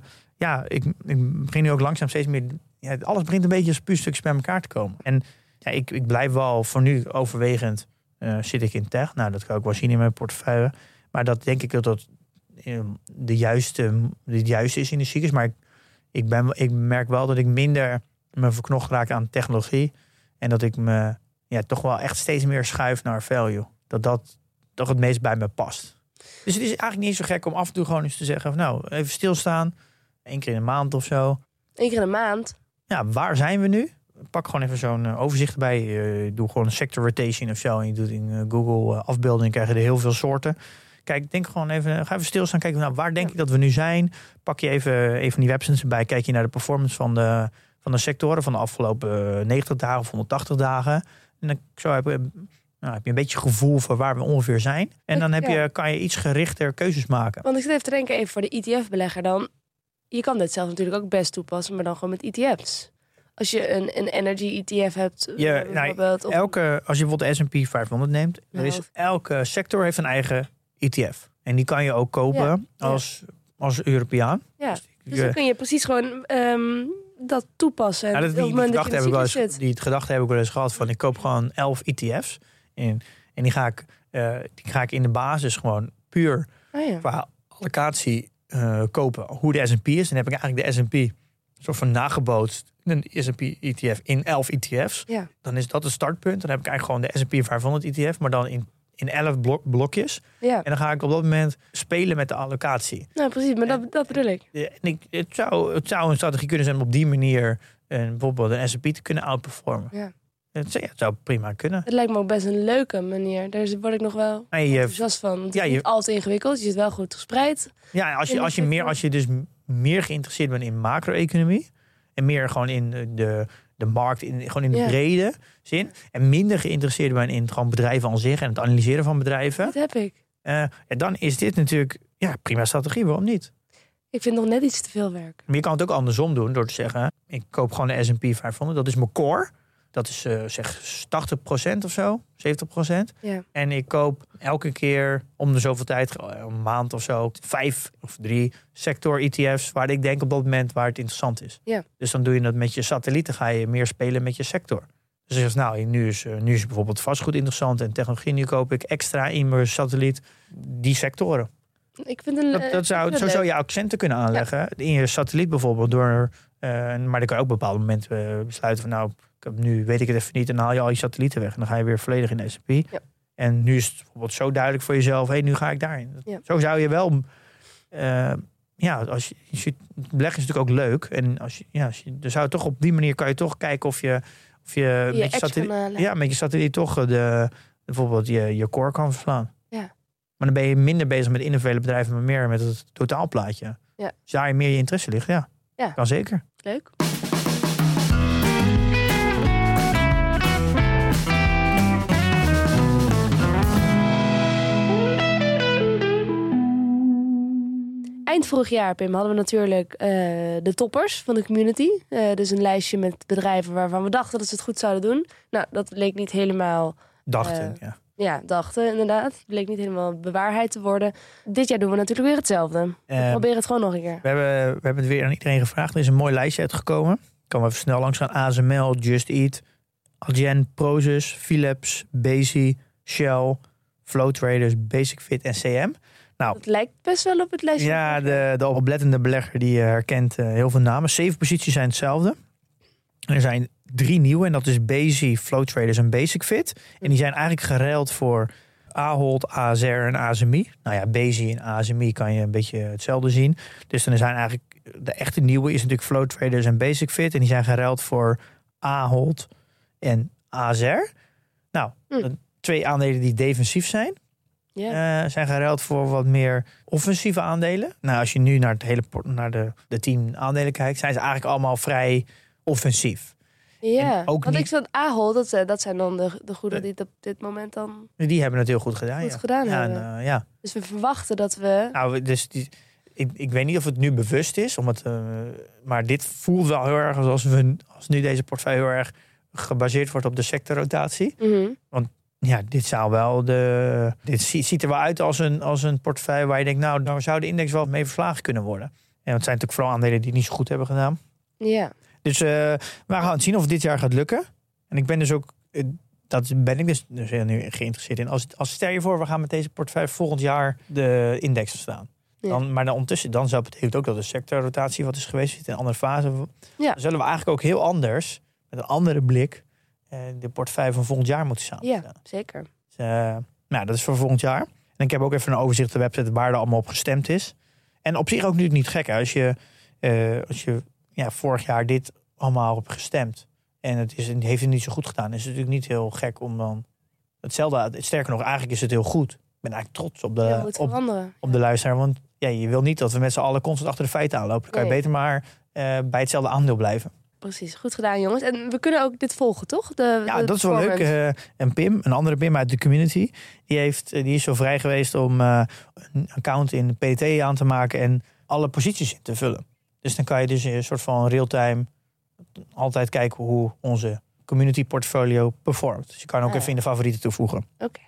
ik begin nu ook langzaam steeds meer... Ja, alles begint een beetje als puzzelstukjes bij elkaar te komen. En ik blijf wel voor nu overwegend... zit ik in tech. Nou, dat kan ik wel zien in mijn portefeuille. Maar dat denk ik dat de juiste is in de cyclus. Maar ik merk wel dat ik minder me verknocht raak aan technologie. En dat ik me toch wel echt steeds meer schuif naar value. Dat toch het meest bij me past. Dus het is eigenlijk niet zo gek om af en toe gewoon eens te zeggen... van, nou, even stilstaan. 1 keer in de maand of zo. 1 keer in de maand? Ja, waar zijn we nu? Pak gewoon even zo'n overzicht erbij. Doe gewoon een sector rotation of zo. En je doet in Google afbeeldingen, krijg je er heel veel soorten. Kijk, denk gewoon even, ga even stilstaan. Kijk, nou, waar denk ik dat we nu zijn? Pak je even die websites erbij. Kijk je naar de performance van de sectoren van de afgelopen 90 dagen of 180 dagen. En dan heb je een beetje gevoel voor waar we ongeveer zijn. En dan kan je iets gerichter keuzes maken. Want ik zit even te denken, even voor de ETF-belegger dan. Je kan dit zelf natuurlijk ook best toepassen, maar dan gewoon met ETF's. Als je een energy ETF hebt, bijvoorbeeld. Als je bijvoorbeeld de S&P 500 neemt, elke sector heeft een eigen ETF. En die kan je ook kopen als Europeaan. Ja, dus dan kun je precies gewoon dat toepassen. En die gedachte heb ik wel eens gehad van ik koop gewoon 11 ETF's. En die ga ik in de basis gewoon puur qua allocatie kopen. Hoe de S&P is. Dan heb ik eigenlijk de S&P soort van nagebootst. Een S&P ETF in 11 ETF's. Ja. Dan is dat het startpunt. Dan heb ik eigenlijk gewoon de S&P 500 ETF, maar dan in 11 blokjes. Ja. En dan ga ik op dat moment spelen met de allocatie. Nou, precies, maar dat bedoel ik. Het zou een strategie kunnen zijn om op die manier bijvoorbeeld een S&P te kunnen outperformen. Ja. Het zou prima kunnen. Het lijkt me ook best een leuke manier. Daar word ik nog wel enthousiast van. Het is niet al te ingewikkeld. Je zit wel goed gespreid. Ja, als je dus meer geïnteresseerd bent in macro-economie en meer gewoon in de markt gewoon in de brede zin. En minder geïnteresseerd ben in gewoon bedrijven aan zich en het analyseren van bedrijven. Dat heb ik. Dan is dit natuurlijk prima strategie, waarom niet? Ik vind nog net iets te veel werk. Maar je kan het ook andersom doen door te zeggen, ik koop gewoon de S&P 500, dat is mijn core. Dat is zeg 80% of zo, 70%. Ja. En ik koop elke keer om de zoveel tijd, een maand of zo, 5 of 3 sector ETF's waar ik denk op dat moment waar het interessant is. Ja. Dus dan doe je dat met je satellieten, ga je meer spelen met je sector. Dus je zegt, nu is bijvoorbeeld vastgoed interessant en technologie. Nu koop ik extra in mijn satelliet die sectoren. Ik vind Zo zou je accenten kunnen aanleggen. In je satelliet bijvoorbeeld. Maar dan kan je ook op bepaalde momenten besluiten van nu weet ik het even niet. En dan haal je al je satellieten weg. En dan ga je weer volledig in de S&P. Ja. En nu is het bijvoorbeeld zo duidelijk voor jezelf. Nu ga ik daarin. Ja. Zo zou je wel... als je beleggen is natuurlijk ook leuk. En dan zou je toch op die manier kan je toch kijken of je met je satelliet toch bijvoorbeeld je core kan verslaan. Ja. Maar dan ben je minder bezig met individuele bedrijven, maar meer met het totaalplaatje. Ja. Als daar meer je interesse ligt, kan zeker. Leuk. Eind vorig jaar, Pim, hadden we natuurlijk de toppers van de community. Dus een lijstje met bedrijven waarvan we dachten dat ze het goed zouden doen. Nou, dat leek niet helemaal... Dachten. Ja, dachten inderdaad. Het bleek niet helemaal bewaarheid te worden. Dit jaar doen we natuurlijk weer hetzelfde. We proberen het gewoon nog een keer. We hebben het weer aan iedereen gevraagd. Er is een mooi lijstje uitgekomen. Kan we even snel langs gaan. ASML, Just Eat, Adyen, Prosus, Philips, Bezi, Shell, Flow Traders, Basic Fit en CM. Nou, het lijkt best wel op het lijstje. Ja, de oplettende belegger die herkent heel veel namen. 7 posities zijn hetzelfde. Er zijn 3 nieuwe en dat is Bezi, Flow Traders en Basic Fit. En die zijn eigenlijk geruild voor Ahold, ASR en ASMI. Nou ja, Bezi en ASMI kan je een beetje hetzelfde zien. Dus dan zijn eigenlijk de echte nieuwe is natuurlijk Flow Traders en Basic Fit. En die zijn geruild voor Ahold en ASR. Nou, 2 aandelen die defensief zijn. Yeah. Zijn geruild voor wat meer offensieve aandelen. Nou, als je nu naar de 10 aandelen kijkt, zijn ze eigenlijk allemaal vrij offensief. Ja, want ik zat Ahold, dat zijn dan de goede die het op dit moment dan... Die hebben het heel goed gedaan. Gedaan hebben. Dus we verwachten dat we... Nou, dus ik weet niet of het nu bewust is, maar dit voelt wel heel erg als nu deze portefeuille heel erg gebaseerd wordt op de sectorrotatie. Mm-hmm. Want dit zou wel dit ziet er wel uit als een portefeuille waar je denkt, nou, dan zou de index wel mee verslagen kunnen worden. En het zijn natuurlijk vooral aandelen die het niet zo goed hebben gedaan. Ja. Dus we gaan het zien of het dit jaar gaat lukken. En ik ben dus ook, dat ben ik dus nu geïnteresseerd in. Als stel je voor, we gaan met deze portefeuille volgend jaar de index verslaan. Ja. Maar ondertussen, dan zou het betekenen ook dat de sectorrotatie wat is geweest zit in een andere fase. Ja. Dan zullen we eigenlijk ook heel anders, met een andere blik, de portefeuille van volgend jaar moeten samenstellen. Ja, zeker. Dus, dat is voor volgend jaar. En ik heb ook even een overzicht op de website waar er allemaal op gestemd is. En op zich ook nu niet gek. Hè? Als je vorig jaar dit allemaal op gestemd en heeft het niet zo goed gedaan, is het natuurlijk niet heel gek om dan hetzelfde. Sterker nog, eigenlijk is het heel goed. Ik ben eigenlijk trots op de luisteraar. Want je wil niet dat we met z'n allen constant achter de feiten aanlopen. Dan kan je beter maar bij hetzelfde aandeel blijven. Precies, goed gedaan jongens. En we kunnen ook dit volgen, toch? Dat is wel leuk. En Pim, een andere Pim uit de community, die is zo vrij geweest om een account in PT aan te maken en alle posities in te vullen. Dus dan kan je dus een soort van real-time altijd kijken hoe onze community portfolio performt. Dus je kan ook even in de favorieten toevoegen. Oké.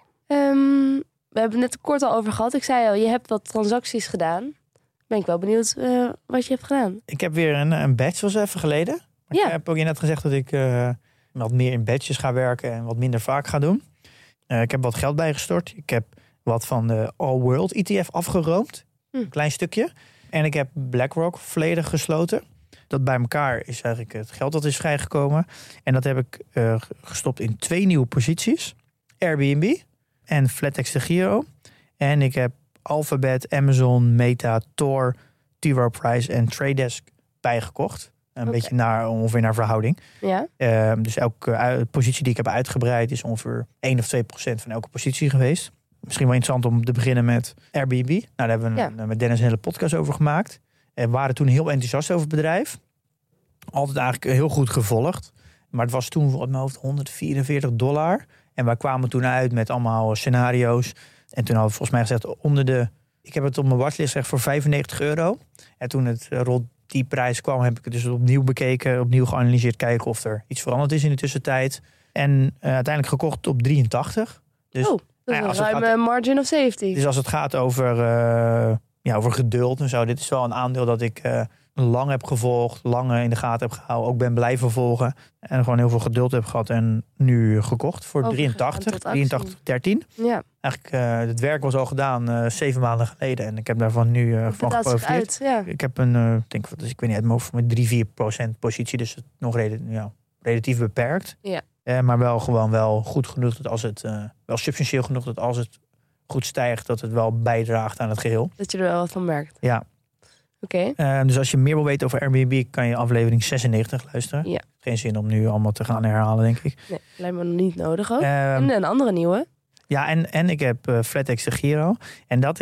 We hebben het net kort al over gehad. Ik zei al, je hebt wat transacties gedaan. Ben ik wel benieuwd wat je hebt gedaan. Ik heb weer een batch, was even geleden. Maar ik heb ook net gezegd dat ik wat meer in batches ga werken en wat minder vaak ga doen. Ik heb wat geld bijgestort. Ik heb wat van de All World ETF afgeroomd. Een klein stukje. En ik heb BlackRock volledig gesloten. Dat bij elkaar is eigenlijk het geld dat is vrijgekomen. En dat heb ik gestopt in 2 nieuwe posities. Airbnb en FlatEx/DEGIRO. En ik heb Alphabet, Amazon, Meta, Tor, T. Rowe Price en Trade Desk bijgekocht. Een beetje ongeveer naar verhouding. Ja. Dus elke positie die ik heb uitgebreid is ongeveer 1 of 2% van elke positie geweest. Misschien wel interessant om te beginnen met Airbnb. Nou, daar hebben we met Dennis een hele podcast over gemaakt. We waren toen heel enthousiast over het bedrijf. Altijd eigenlijk heel goed gevolgd. Maar het was toen op mijn hoofd $144. En wij kwamen toen uit met allemaal scenario's. En toen hadden we volgens mij gezegd ik heb het op mijn watchlist gezegd voor €95. En toen het rond die prijs kwam, heb ik het dus opnieuw bekeken. Opnieuw geanalyseerd, kijken of er iets veranderd is in de tussentijd. En uiteindelijk gekocht op 83. Dus, dat is een ruime margin of safety. Dus als het gaat over geduld en zo. Dit is wel een aandeel dat ik lang heb gevolgd. Lang in de gaten heb gehouden. Ook ben blijven volgen. En gewoon heel veel geduld heb gehad. En nu gekocht voor 83,13. Ja. Eigenlijk, het werk was al gedaan 7 maanden geleden. En ik heb daarvan nu van geprofiteerd. Ja. Ik heb ik weet niet, uit mijn hoofd met 3-4% positie. Dus het nog relatief beperkt. Ja. Maar wel goed genoeg dat als het wel substantieel genoeg dat als het goed stijgt, dat het wel bijdraagt aan het geheel. Dat je er wel wat van merkt. Ja. Oké. Dus als je meer wil weten over Airbnb, kan je aflevering 96 luisteren. Ja. Geen zin om nu allemaal te gaan herhalen, denk ik. Nee, lijkt me nog niet nodig ook. En een andere nieuwe. Ja, en ik heb Flatex de Giro. En het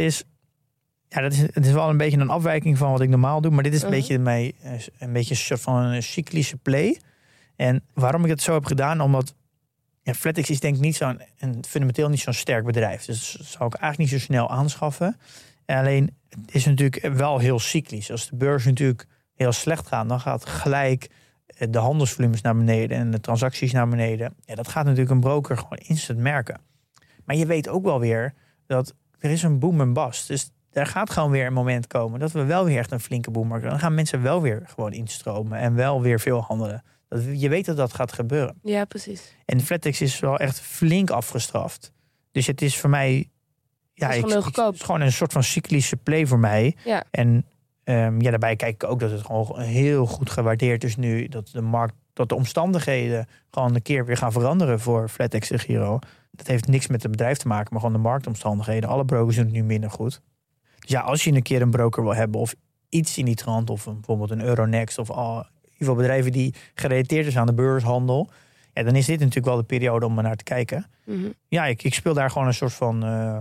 is wel een beetje een afwijking van wat ik normaal doe. Maar dit is een beetje een soort van een cyclische play. En waarom ik het zo heb gedaan, omdat Flatex is denk ik niet fundamenteel niet zo'n sterk bedrijf. Dus dat zou ik eigenlijk niet zo snel aanschaffen. Alleen, het is natuurlijk wel heel cyclisch. Als de beurs natuurlijk heel slecht gaat, dan gaat gelijk de handelsvolumes naar beneden en de transacties naar beneden. Ja, dat gaat natuurlijk een broker gewoon instant merken. Maar je weet ook wel weer dat er is een boom en bust. Dus er gaat gewoon weer een moment komen dat we wel weer echt een flinke boom maken. Dan gaan mensen wel weer gewoon instromen en wel weer veel handelen. Je weet dat dat gaat gebeuren. Ja, precies. En Flatex is wel echt flink afgestraft. Dus het is voor mij... Ja, het is gewoon een soort van cyclische play voor mij. Ja. En daarbij kijk ik ook dat het gewoon heel goed gewaardeerd is nu. Dat de markt, dat de omstandigheden gewoon een keer weer gaan veranderen voor Flatex de Giro. Dat heeft niks met het bedrijf te maken, maar gewoon de marktomstandigheden. Alle brokers doen het nu minder goed. Dus ja, als je een keer een broker wil hebben of iets in die trant, of bijvoorbeeld een Euronext of in ieder geval bedrijven die gerelateerd is aan de beurshandel, ja, dan is dit natuurlijk wel de periode om er naar te kijken. Mm-hmm. Ja, ik speel daar gewoon een soort van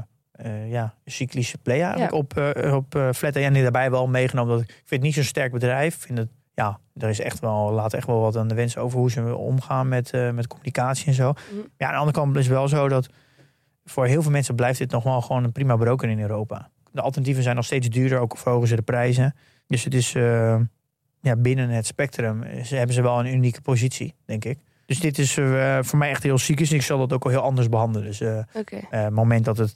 cyclische play eigenlijk op Flatex. En daarbij wel meegenomen dat ik vind het niet zo'n sterk bedrijf. Ik vind het, er is laat echt wel wat aan de wens over hoe ze omgaan met communicatie en zo. Mm-hmm. Ja, aan de andere kant is het wel zo dat voor heel veel mensen blijft dit nog wel gewoon een prima broker in Europa. De alternatieven zijn nog steeds duurder, ook verhogen ze de prijzen. Dus het is binnen het spectrum hebben ze wel een unieke positie, denk ik. Dus dit is voor mij echt heel cyclisch. Ik zal dat ook al heel anders behandelen. Dus het moment dat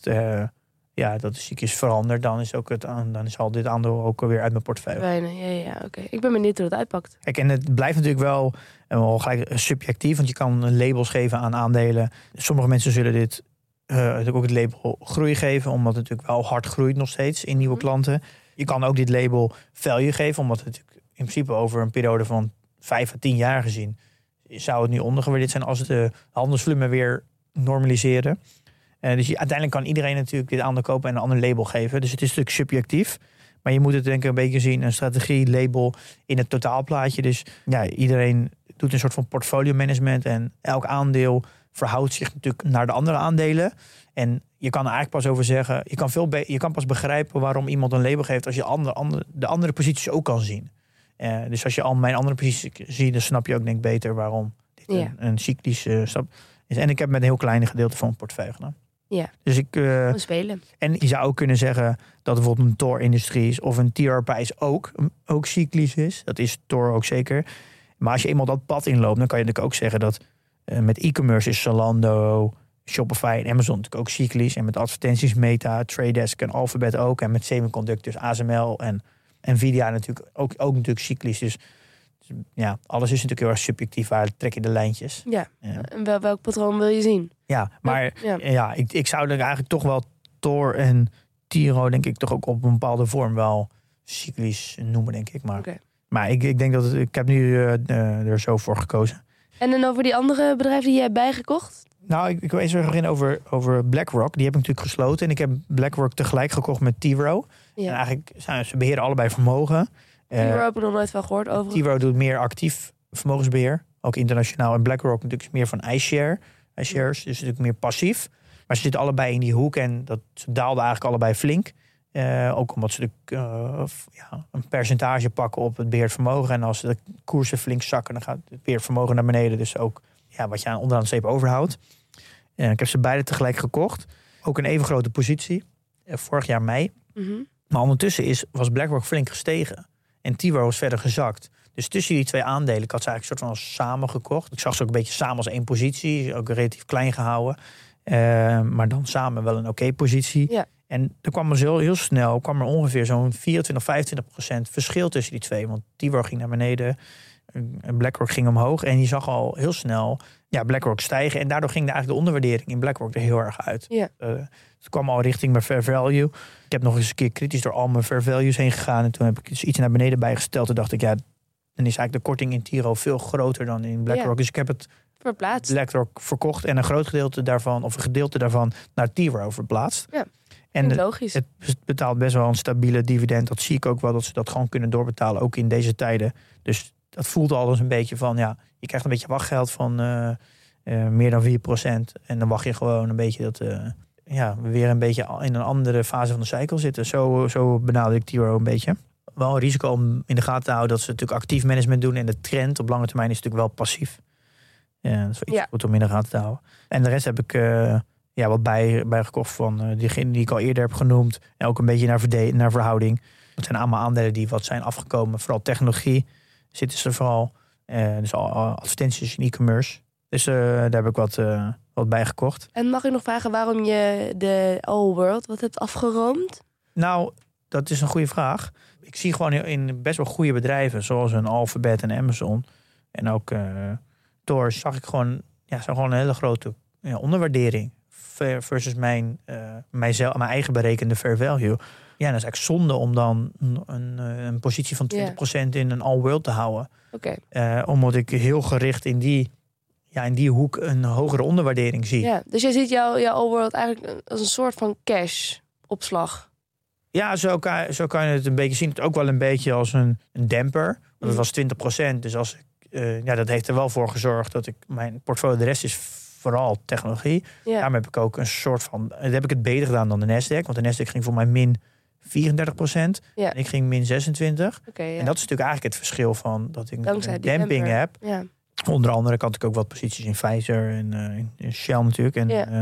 dat de cyclus verandert, dan is al dit aandeel ook weer uit mijn portefeuille. Ja, oké. Ik ben benieuwd hoe het uitpakt. Kijk, en het blijft natuurlijk wel gelijk subjectief, want je kan labels geven aan aandelen. Sommige mensen zullen dit ook het label groei geven, omdat het natuurlijk wel hard groeit nog steeds in nieuwe klanten. Je kan ook dit label value geven, omdat het natuurlijk in principe over een periode van 5 à 10 jaar gezien zou het nu ondergewaardeerd zijn als de handelsvolume weer normaliseren. Dus uiteindelijk kan iedereen natuurlijk dit aandeel kopen en een ander label geven. Dus het is natuurlijk subjectief. Maar je moet het denk ik een beetje zien, een strategie, label in het totaalplaatje. Dus ja, iedereen doet een soort van portfolio management. En elk aandeel verhoudt zich natuurlijk naar de andere aandelen. En je kan er eigenlijk pas over zeggen, je kan pas begrijpen waarom iemand een label geeft als je de andere posities ook kan zien. Dus als je al mijn andere posities ziet, dan snap je ook denk ik beter waarom dit een cyclische stap is. En ik heb met een heel kleine gedeelte van mijn portefeuille gedaan. Ja, dus we spelen. En je zou ook kunnen zeggen dat bijvoorbeeld een Tor Industries of een TR Prijs ook cyclisch is. Dat is Tor ook zeker. Maar als je eenmaal dat pad inloopt, dan kan je natuurlijk ook zeggen dat met e-commerce is Zalando, Shopify en Amazon natuurlijk ook cyclisch. En met advertenties Meta, Trade Desk en Alphabet ook. En met semiconductors ASML en Nvidia natuurlijk ook natuurlijk cyclisch. Dus ja, alles is natuurlijk heel erg subjectief. Waar trek je de lijntjes? Ja. En welk patroon wil je zien? Ja, maar ik zou er eigenlijk toch wel Tor en Tiro denk ik toch ook op een bepaalde vorm wel cyclisch noemen, denk ik. Maar ik denk dat ik heb nu er zo voor gekozen. En dan over die andere bedrijven die jij hebt bijgekocht? Nou, ik wil eens beginnen over BlackRock. Die heb ik natuurlijk gesloten. En ik heb BlackRock tegelijk gekocht met T. Rowe. Ja. En eigenlijk ze beheren allebei vermogen. T. Rowe heb ik nog nooit van gehoord over. T. Rowe doet meer actief vermogensbeheer. Ook internationaal. En BlackRock natuurlijk meer van iShares. Dus natuurlijk meer passief. Maar ze zitten allebei in die hoek. En ze daalden eigenlijk allebei flink. Ook omdat ze een percentage pakken op het beheerd vermogen. En als de koersen flink zakken, dan gaat het beheerd vermogen naar beneden. Dus ook wat je onderaan de streep overhoudt. Ik heb ze beide tegelijk gekocht. Ook een even grote positie. Vorig jaar mei. Mm-hmm. Maar ondertussen was BlackRock flink gestegen. En T-Rowe was verder gezakt. Dus tussen die twee aandelen, ik had ze eigenlijk soort van samen gekocht. Ik zag ze ook een beetje samen als één positie. Ook relatief klein gehouden. Maar dan samen wel een oké positie. Ja. En er kwam heel snel ongeveer zo'n 24-25% verschil tussen die twee. Want T-Rowe ging naar beneden en BlackRock ging omhoog. En je zag al heel snel BlackRock stijgen. En daardoor ging eigenlijk de onderwaardering in BlackRock er heel erg uit. Ja. Het kwam al richting mijn fair value. Ik heb nog eens een keer kritisch door al mijn fair values heen gegaan. En toen heb ik dus iets naar beneden bijgesteld. Toen dacht ik, dan is eigenlijk de korting in T-Rowe veel groter dan in BlackRock. Ja. Dus ik heb het Verplaatst. BlackRock verkocht en een groot gedeelte daarvan, of een gedeelte daarvan, naar T-Rowe verplaatst. Ja. En logisch. Het betaalt best wel een stabiele dividend. Dat zie ik ook wel, dat ze dat gewoon kunnen doorbetalen, ook in deze tijden. Dus dat voelt al eens een beetje van, je krijgt een beetje wachtgeld van meer dan 4%. En dan wacht je gewoon een beetje dat we weer een beetje in een andere fase van de cycle zitten. Zo benader ik T-Rowe een beetje. Wel een risico om in de gaten te houden dat ze natuurlijk actief management doen. En de trend op lange termijn is natuurlijk wel passief. Ja, dat is wel iets goed om in de gaten te houden. En de rest heb ik wat bijgekocht van diegene die ik al eerder heb genoemd. En ook een beetje naar verhouding. Dat zijn allemaal aandelen die wat zijn afgekomen. Vooral technologie zitten ze vooral. Dus al advertenties in e-commerce. Dus daar heb ik wat bij gekocht. En mag ik nog vragen waarom je de All World wat hebt afgeroomd? Nou, dat is een goede vraag. Ik zie gewoon in best wel goede bedrijven, zoals een Alphabet en Amazon. En ook Thor, zag ik gewoon een hele grote onderwaardering. Versus mijn eigen berekende fair value. Ja, dat is eigenlijk zonde om dan een positie van 20% in een All World te houden. Okay. Omdat ik heel gericht in die hoek een hogere onderwaardering zie. Ja, dus jij ziet jouw All World eigenlijk als een soort van cash-opslag. Ja, zo kan je het een beetje zien. Het ook wel een beetje als een demper. Want het was 20%. Dus als dat heeft er wel voor gezorgd dat ik mijn portfolio, de rest is vooral technologie. Ja. Daarom heb ik ook een soort van, dan heb ik het beter gedaan dan de Nasdaq. Want de Nasdaq ging voor mij min 34%. Ja. En ik ging min 26%. Okay, ja. En dat is natuurlijk eigenlijk het verschil van dat ik dankzij een die demping demper. heb. Ja. Onder andere had ik ook wat posities in Pfizer en in Shell natuurlijk.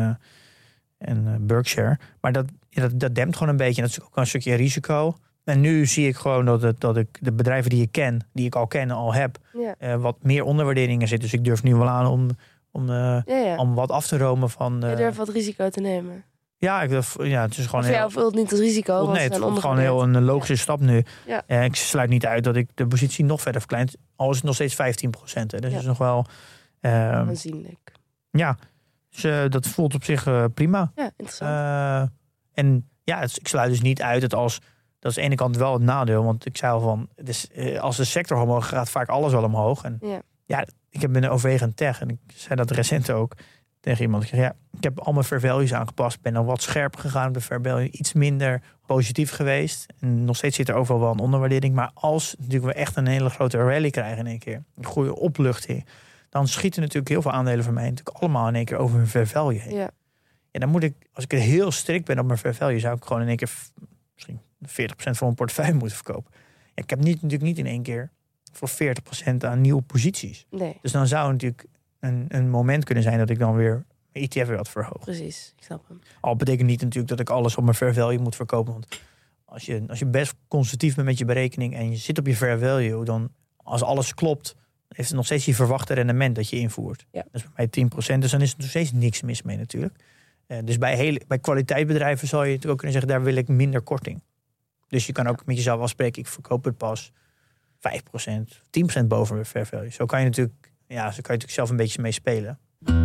En Berkshire. Maar dat dempt gewoon een beetje. En dat is ook een stukje risico. En nu zie ik gewoon dat ik de bedrijven die ik ken, die ik al ken, al heb, wat meer onderwaarderingen zitten. Dus ik durf nu wel aan om wat af te romen van. Je durft wat risico te nemen. Ja, het is gewoon voor jou voelt het niet als risico. Nee, het voelt gewoon heel een logische stap nu. Ja. Ik sluit niet uit dat ik de positie nog verder verkleint. Al is het nog steeds 15%. Dus dat is nog wel aanzienlijk. Ja, dus dat voelt op zich prima. Ja, interessant. Ik sluit dus niet uit dat is aan de ene kant wel het nadeel. Want ik zei al van, dus, als de sector omhoog gaat, vaak alles wel omhoog. En ik ben overwegend tech. En ik zei dat recent ook tegen iemand. Ik heb al mijn fair values aangepast. Ben dan wat scherper gegaan op de fair value. Iets minder positief geweest. En nog steeds zit er overal wel een onderwaardering. Maar als natuurlijk we echt een hele grote rally krijgen in één keer. Een goede opluchting. Dan schieten natuurlijk heel veel aandelen van mij natuurlijk allemaal in één keer over hun fair value heen. Ja. En dan moet ik, als ik heel strikt ben op mijn fair value, zou ik gewoon in één keer misschien 40% van mijn portefeuille moeten verkopen. Ja, ik heb natuurlijk niet in één keer voor 40% aan nieuwe posities. Nee. Dus dan zou natuurlijk een moment kunnen zijn dat ik dan weer mijn ETF weer wat verhoog. Precies, ik snap hem. Al betekent niet natuurlijk dat ik alles op mijn fair value moet verkopen. Want als je best conservatief bent met je berekening en je zit op je fair value, dan als alles klopt, heeft het nog steeds die verwachte rendement dat je invoert. Ja. Dus bij mij 10%, dus dan is er nog steeds niks mis mee natuurlijk. Dus bij kwaliteitsbedrijven zou je natuurlijk ook kunnen zeggen, daar wil ik minder korting. Dus je kan ook met jezelf afspreken, ik verkoop het pas 5%, 10% boven mijn fair value. Zo kan je natuurlijk zelf een beetje mee spelen.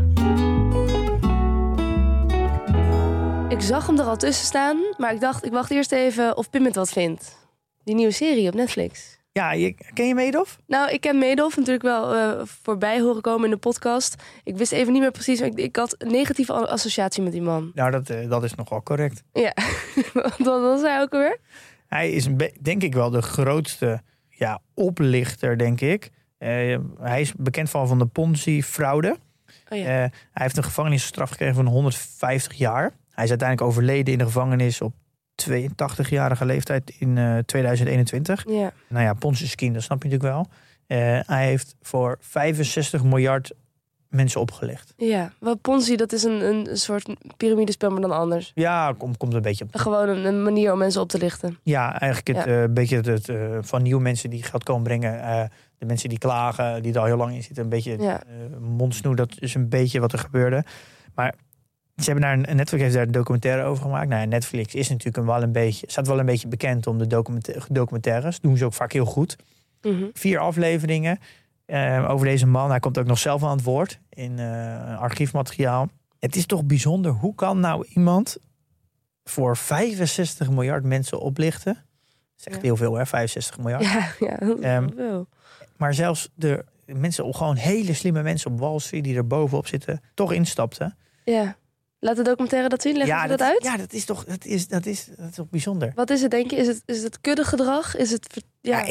Ik zag hem er al tussen staan, maar ik dacht, ik wacht eerst even of Pim het wat vindt. Die nieuwe serie op Netflix. Ja, ken je Madoff? Nou, ik ken Madoff natuurlijk wel voorbij horen komen in de podcast. Ik wist even niet meer precies, maar ik had een negatieve associatie met die man. Nou, dat is nogal correct. Ja, wat was hij ook alweer? Hij is denk ik wel de grootste oplichter, denk ik. Hij is bekend van de Ponzi-fraude. Oh ja. Hij heeft een gevangenisstraf gekregen van 150 jaar. Hij is uiteindelijk overleden in de gevangenis op 82-jarige leeftijd in 2021. Ja. Nou ja, Ponzi-scheme, dat snap je natuurlijk wel. Hij heeft voor 65 miljard mensen opgelicht. Ja, wat Ponzi, dat is een soort piramidespel, maar dan anders. Ja, komt een beetje op. Gewoon een manier om mensen op te lichten. Ja, eigenlijk beetje van nieuwe mensen die geld komen brengen. De mensen die klagen, die er al heel lang in zitten. Een beetje mondsnoer, dat is een beetje wat er gebeurde. Maar ze hebben Netflix heeft daar een documentaire over gemaakt. Nou ja, Netflix is natuurlijk staat wel een beetje bekend om de documentaires. Doen ze ook vaak heel goed. 4 afleveringen over deze man. Hij komt ook nog zelf aan het woord in archiefmateriaal. Het is toch bijzonder. Hoe kan nou iemand voor 65 miljard mensen oplichten? Dat is echt heel veel, hè? 65 miljard. Ja, dat is heel veel. Maar zelfs de mensen, gewoon hele slimme mensen op Wall Street die er bovenop zitten, toch instapten. Ja. Laat de documentaire dat zien? Leg je dat uit? Ja, dat is toch bijzonder. Wat is het, denk je? Is het kuddegedrag? Is het...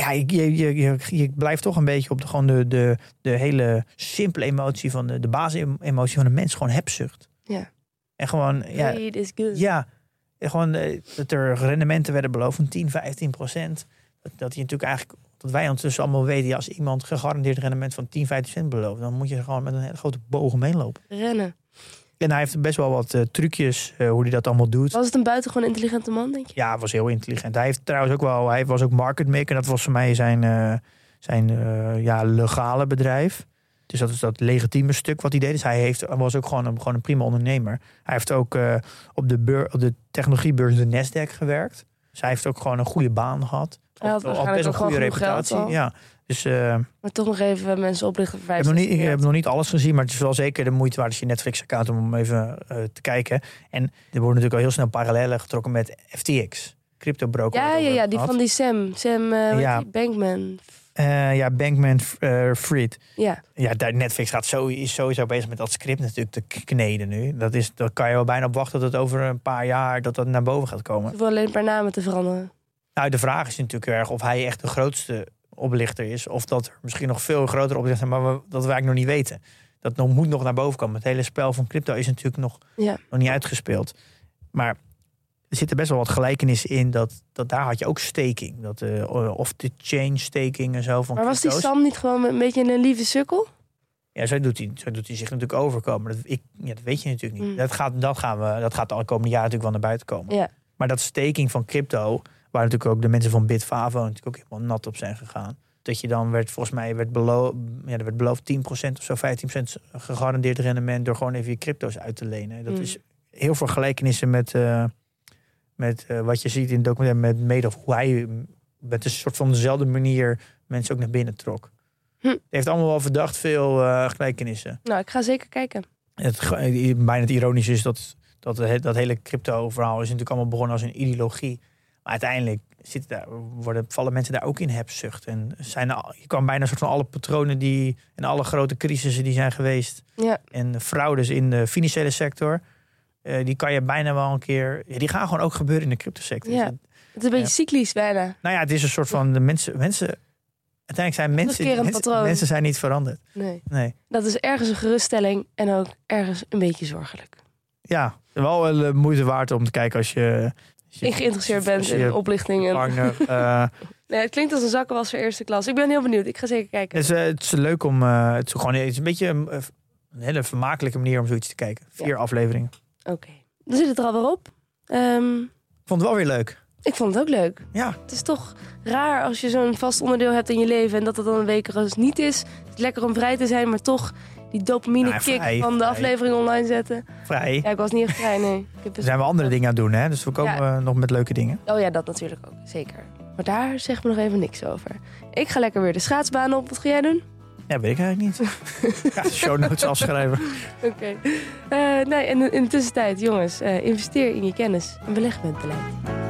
Je blijft toch een beetje op de hele simpele emotie van de basisemotie van de mens. Gewoon hebzucht. Ja. En gewoon... Greed is good. Ja. En gewoon dat er rendementen werden beloofd van 10-15%. Dat je natuurlijk eigenlijk... Dat wij ondertussen allemaal weten, ja, als iemand gegarandeerd rendement van 10-15% belooft, dan moet je gewoon met een hele grote boog meelopen. Rennen. En hij heeft best wel wat trucjes hoe hij dat allemaal doet. Was het een buitengewoon intelligente man, denk je? Ja, was heel intelligent. Hij heeft trouwens ook wel, hij was ook market maker. Dat was voor mij zijn legale bedrijf. Dus dat is dat legitieme stuk wat hij deed. Dus hij was ook gewoon een prima ondernemer. Hij heeft ook op de technologiebeurs de Nasdaq gewerkt. Dus hij heeft ook gewoon een goede baan gehad. Hij had best een goede reputatie. Ja. Dus, maar toch nog even mensen oplichten voor 5. Ik heb nog niet alles gezien, maar het is wel zeker de moeite waard als je Netflix-account om even te kijken. En er worden natuurlijk al heel snel parallellen getrokken met FTX, crypto-broker. Ja, die van die Sam Bankman. Bankman-Fried. Ja, Netflix is sowieso bezig met dat script natuurlijk te kneden nu. Dat kan je wel bijna op wachten dat het over een paar jaar dat naar boven gaat komen. Ze wil alleen een paar namen te veranderen. Nou, de vraag is natuurlijk erg of hij echt de grootste oplichter is. Of dat er misschien nog veel grotere oplichters zijn, maar dat we eigenlijk nog niet weten. Dat moet nog naar boven komen. Het hele spel van crypto is natuurlijk nog niet uitgespeeld. Maar er zitten best wel wat gelijkenissen in. Dat daar had je ook staking. Off-the-chain staking en zo van maar crypto's. Was die Sam niet gewoon een beetje een lieve sukkel? Ja, zo doet hij zich natuurlijk overkomen. Dat weet je natuurlijk niet. Dat gaat de komende jaren natuurlijk wel naar buiten komen. Ja. Maar dat staking van crypto, waar natuurlijk ook de mensen van Bitfavo natuurlijk ook helemaal nat op zijn gegaan. Dat je dan werd beloofd 10% of zo, 15% gegarandeerd rendement door gewoon even je crypto's uit te lenen. Dat is heel veel gelijkenissen met wat je ziet in het documentaire met Madoff. Hoe hij met een soort van dezelfde manier mensen ook naar binnen trok. Het heeft allemaal wel verdacht veel gelijkenissen. Nou, ik ga zeker kijken. Bijna het ironische is dat hele crypto-verhaal is natuurlijk allemaal begonnen als een ideologie. Maar uiteindelijk vallen mensen daar ook in hebzucht. En je kan bijna een soort van alle patronen en alle grote crisissen die zijn geweest. Ja. En fraudes in de financiële sector. Die kan je bijna wel een keer. Ja, die gaan gewoon ook gebeuren in de cryptosector. Ja. Het is een beetje cyclisch bijna. Nou ja, het is een soort van de mensen. Uiteindelijk zijn mensen zijn niet veranderd. Nee. Dat is ergens een geruststelling en ook ergens een beetje zorgelijk. Ja, wel de moeite waard om te kijken als je geïnteresseerd bent in oplichtingen. Het klinkt als een zakkenwas voor eerste klas. Ik ben heel benieuwd. Ik ga zeker kijken. Het is leuk om. Het is een beetje een hele vermakelijke manier om zoiets te kijken. 4 afleveringen. Oké. Dan zit het er alweer op. Ik vond het wel weer leuk. Ik vond het ook leuk. Ja. Het is toch raar als je zo'n vast onderdeel hebt in je leven en dat het dan een week er niet is. Het is lekker om vrij te zijn, maar toch die dopamine-kick van de aflevering online zetten. Vrij? Ja, ik was niet echt vrij, nee. Er zijn we andere dingen aan het doen, hè? Dus we komen nog met leuke dingen. Oh ja, dat natuurlijk ook. Zeker. Maar daar zeggen we nog even niks over. Ik ga lekker weer de schaatsbaan op. Wat ga jij doen? Ja, weet ik eigenlijk niet. Show notes afschrijven. Oké. En in de tussentijd, jongens, investeer in je kennis en beleg met beleid.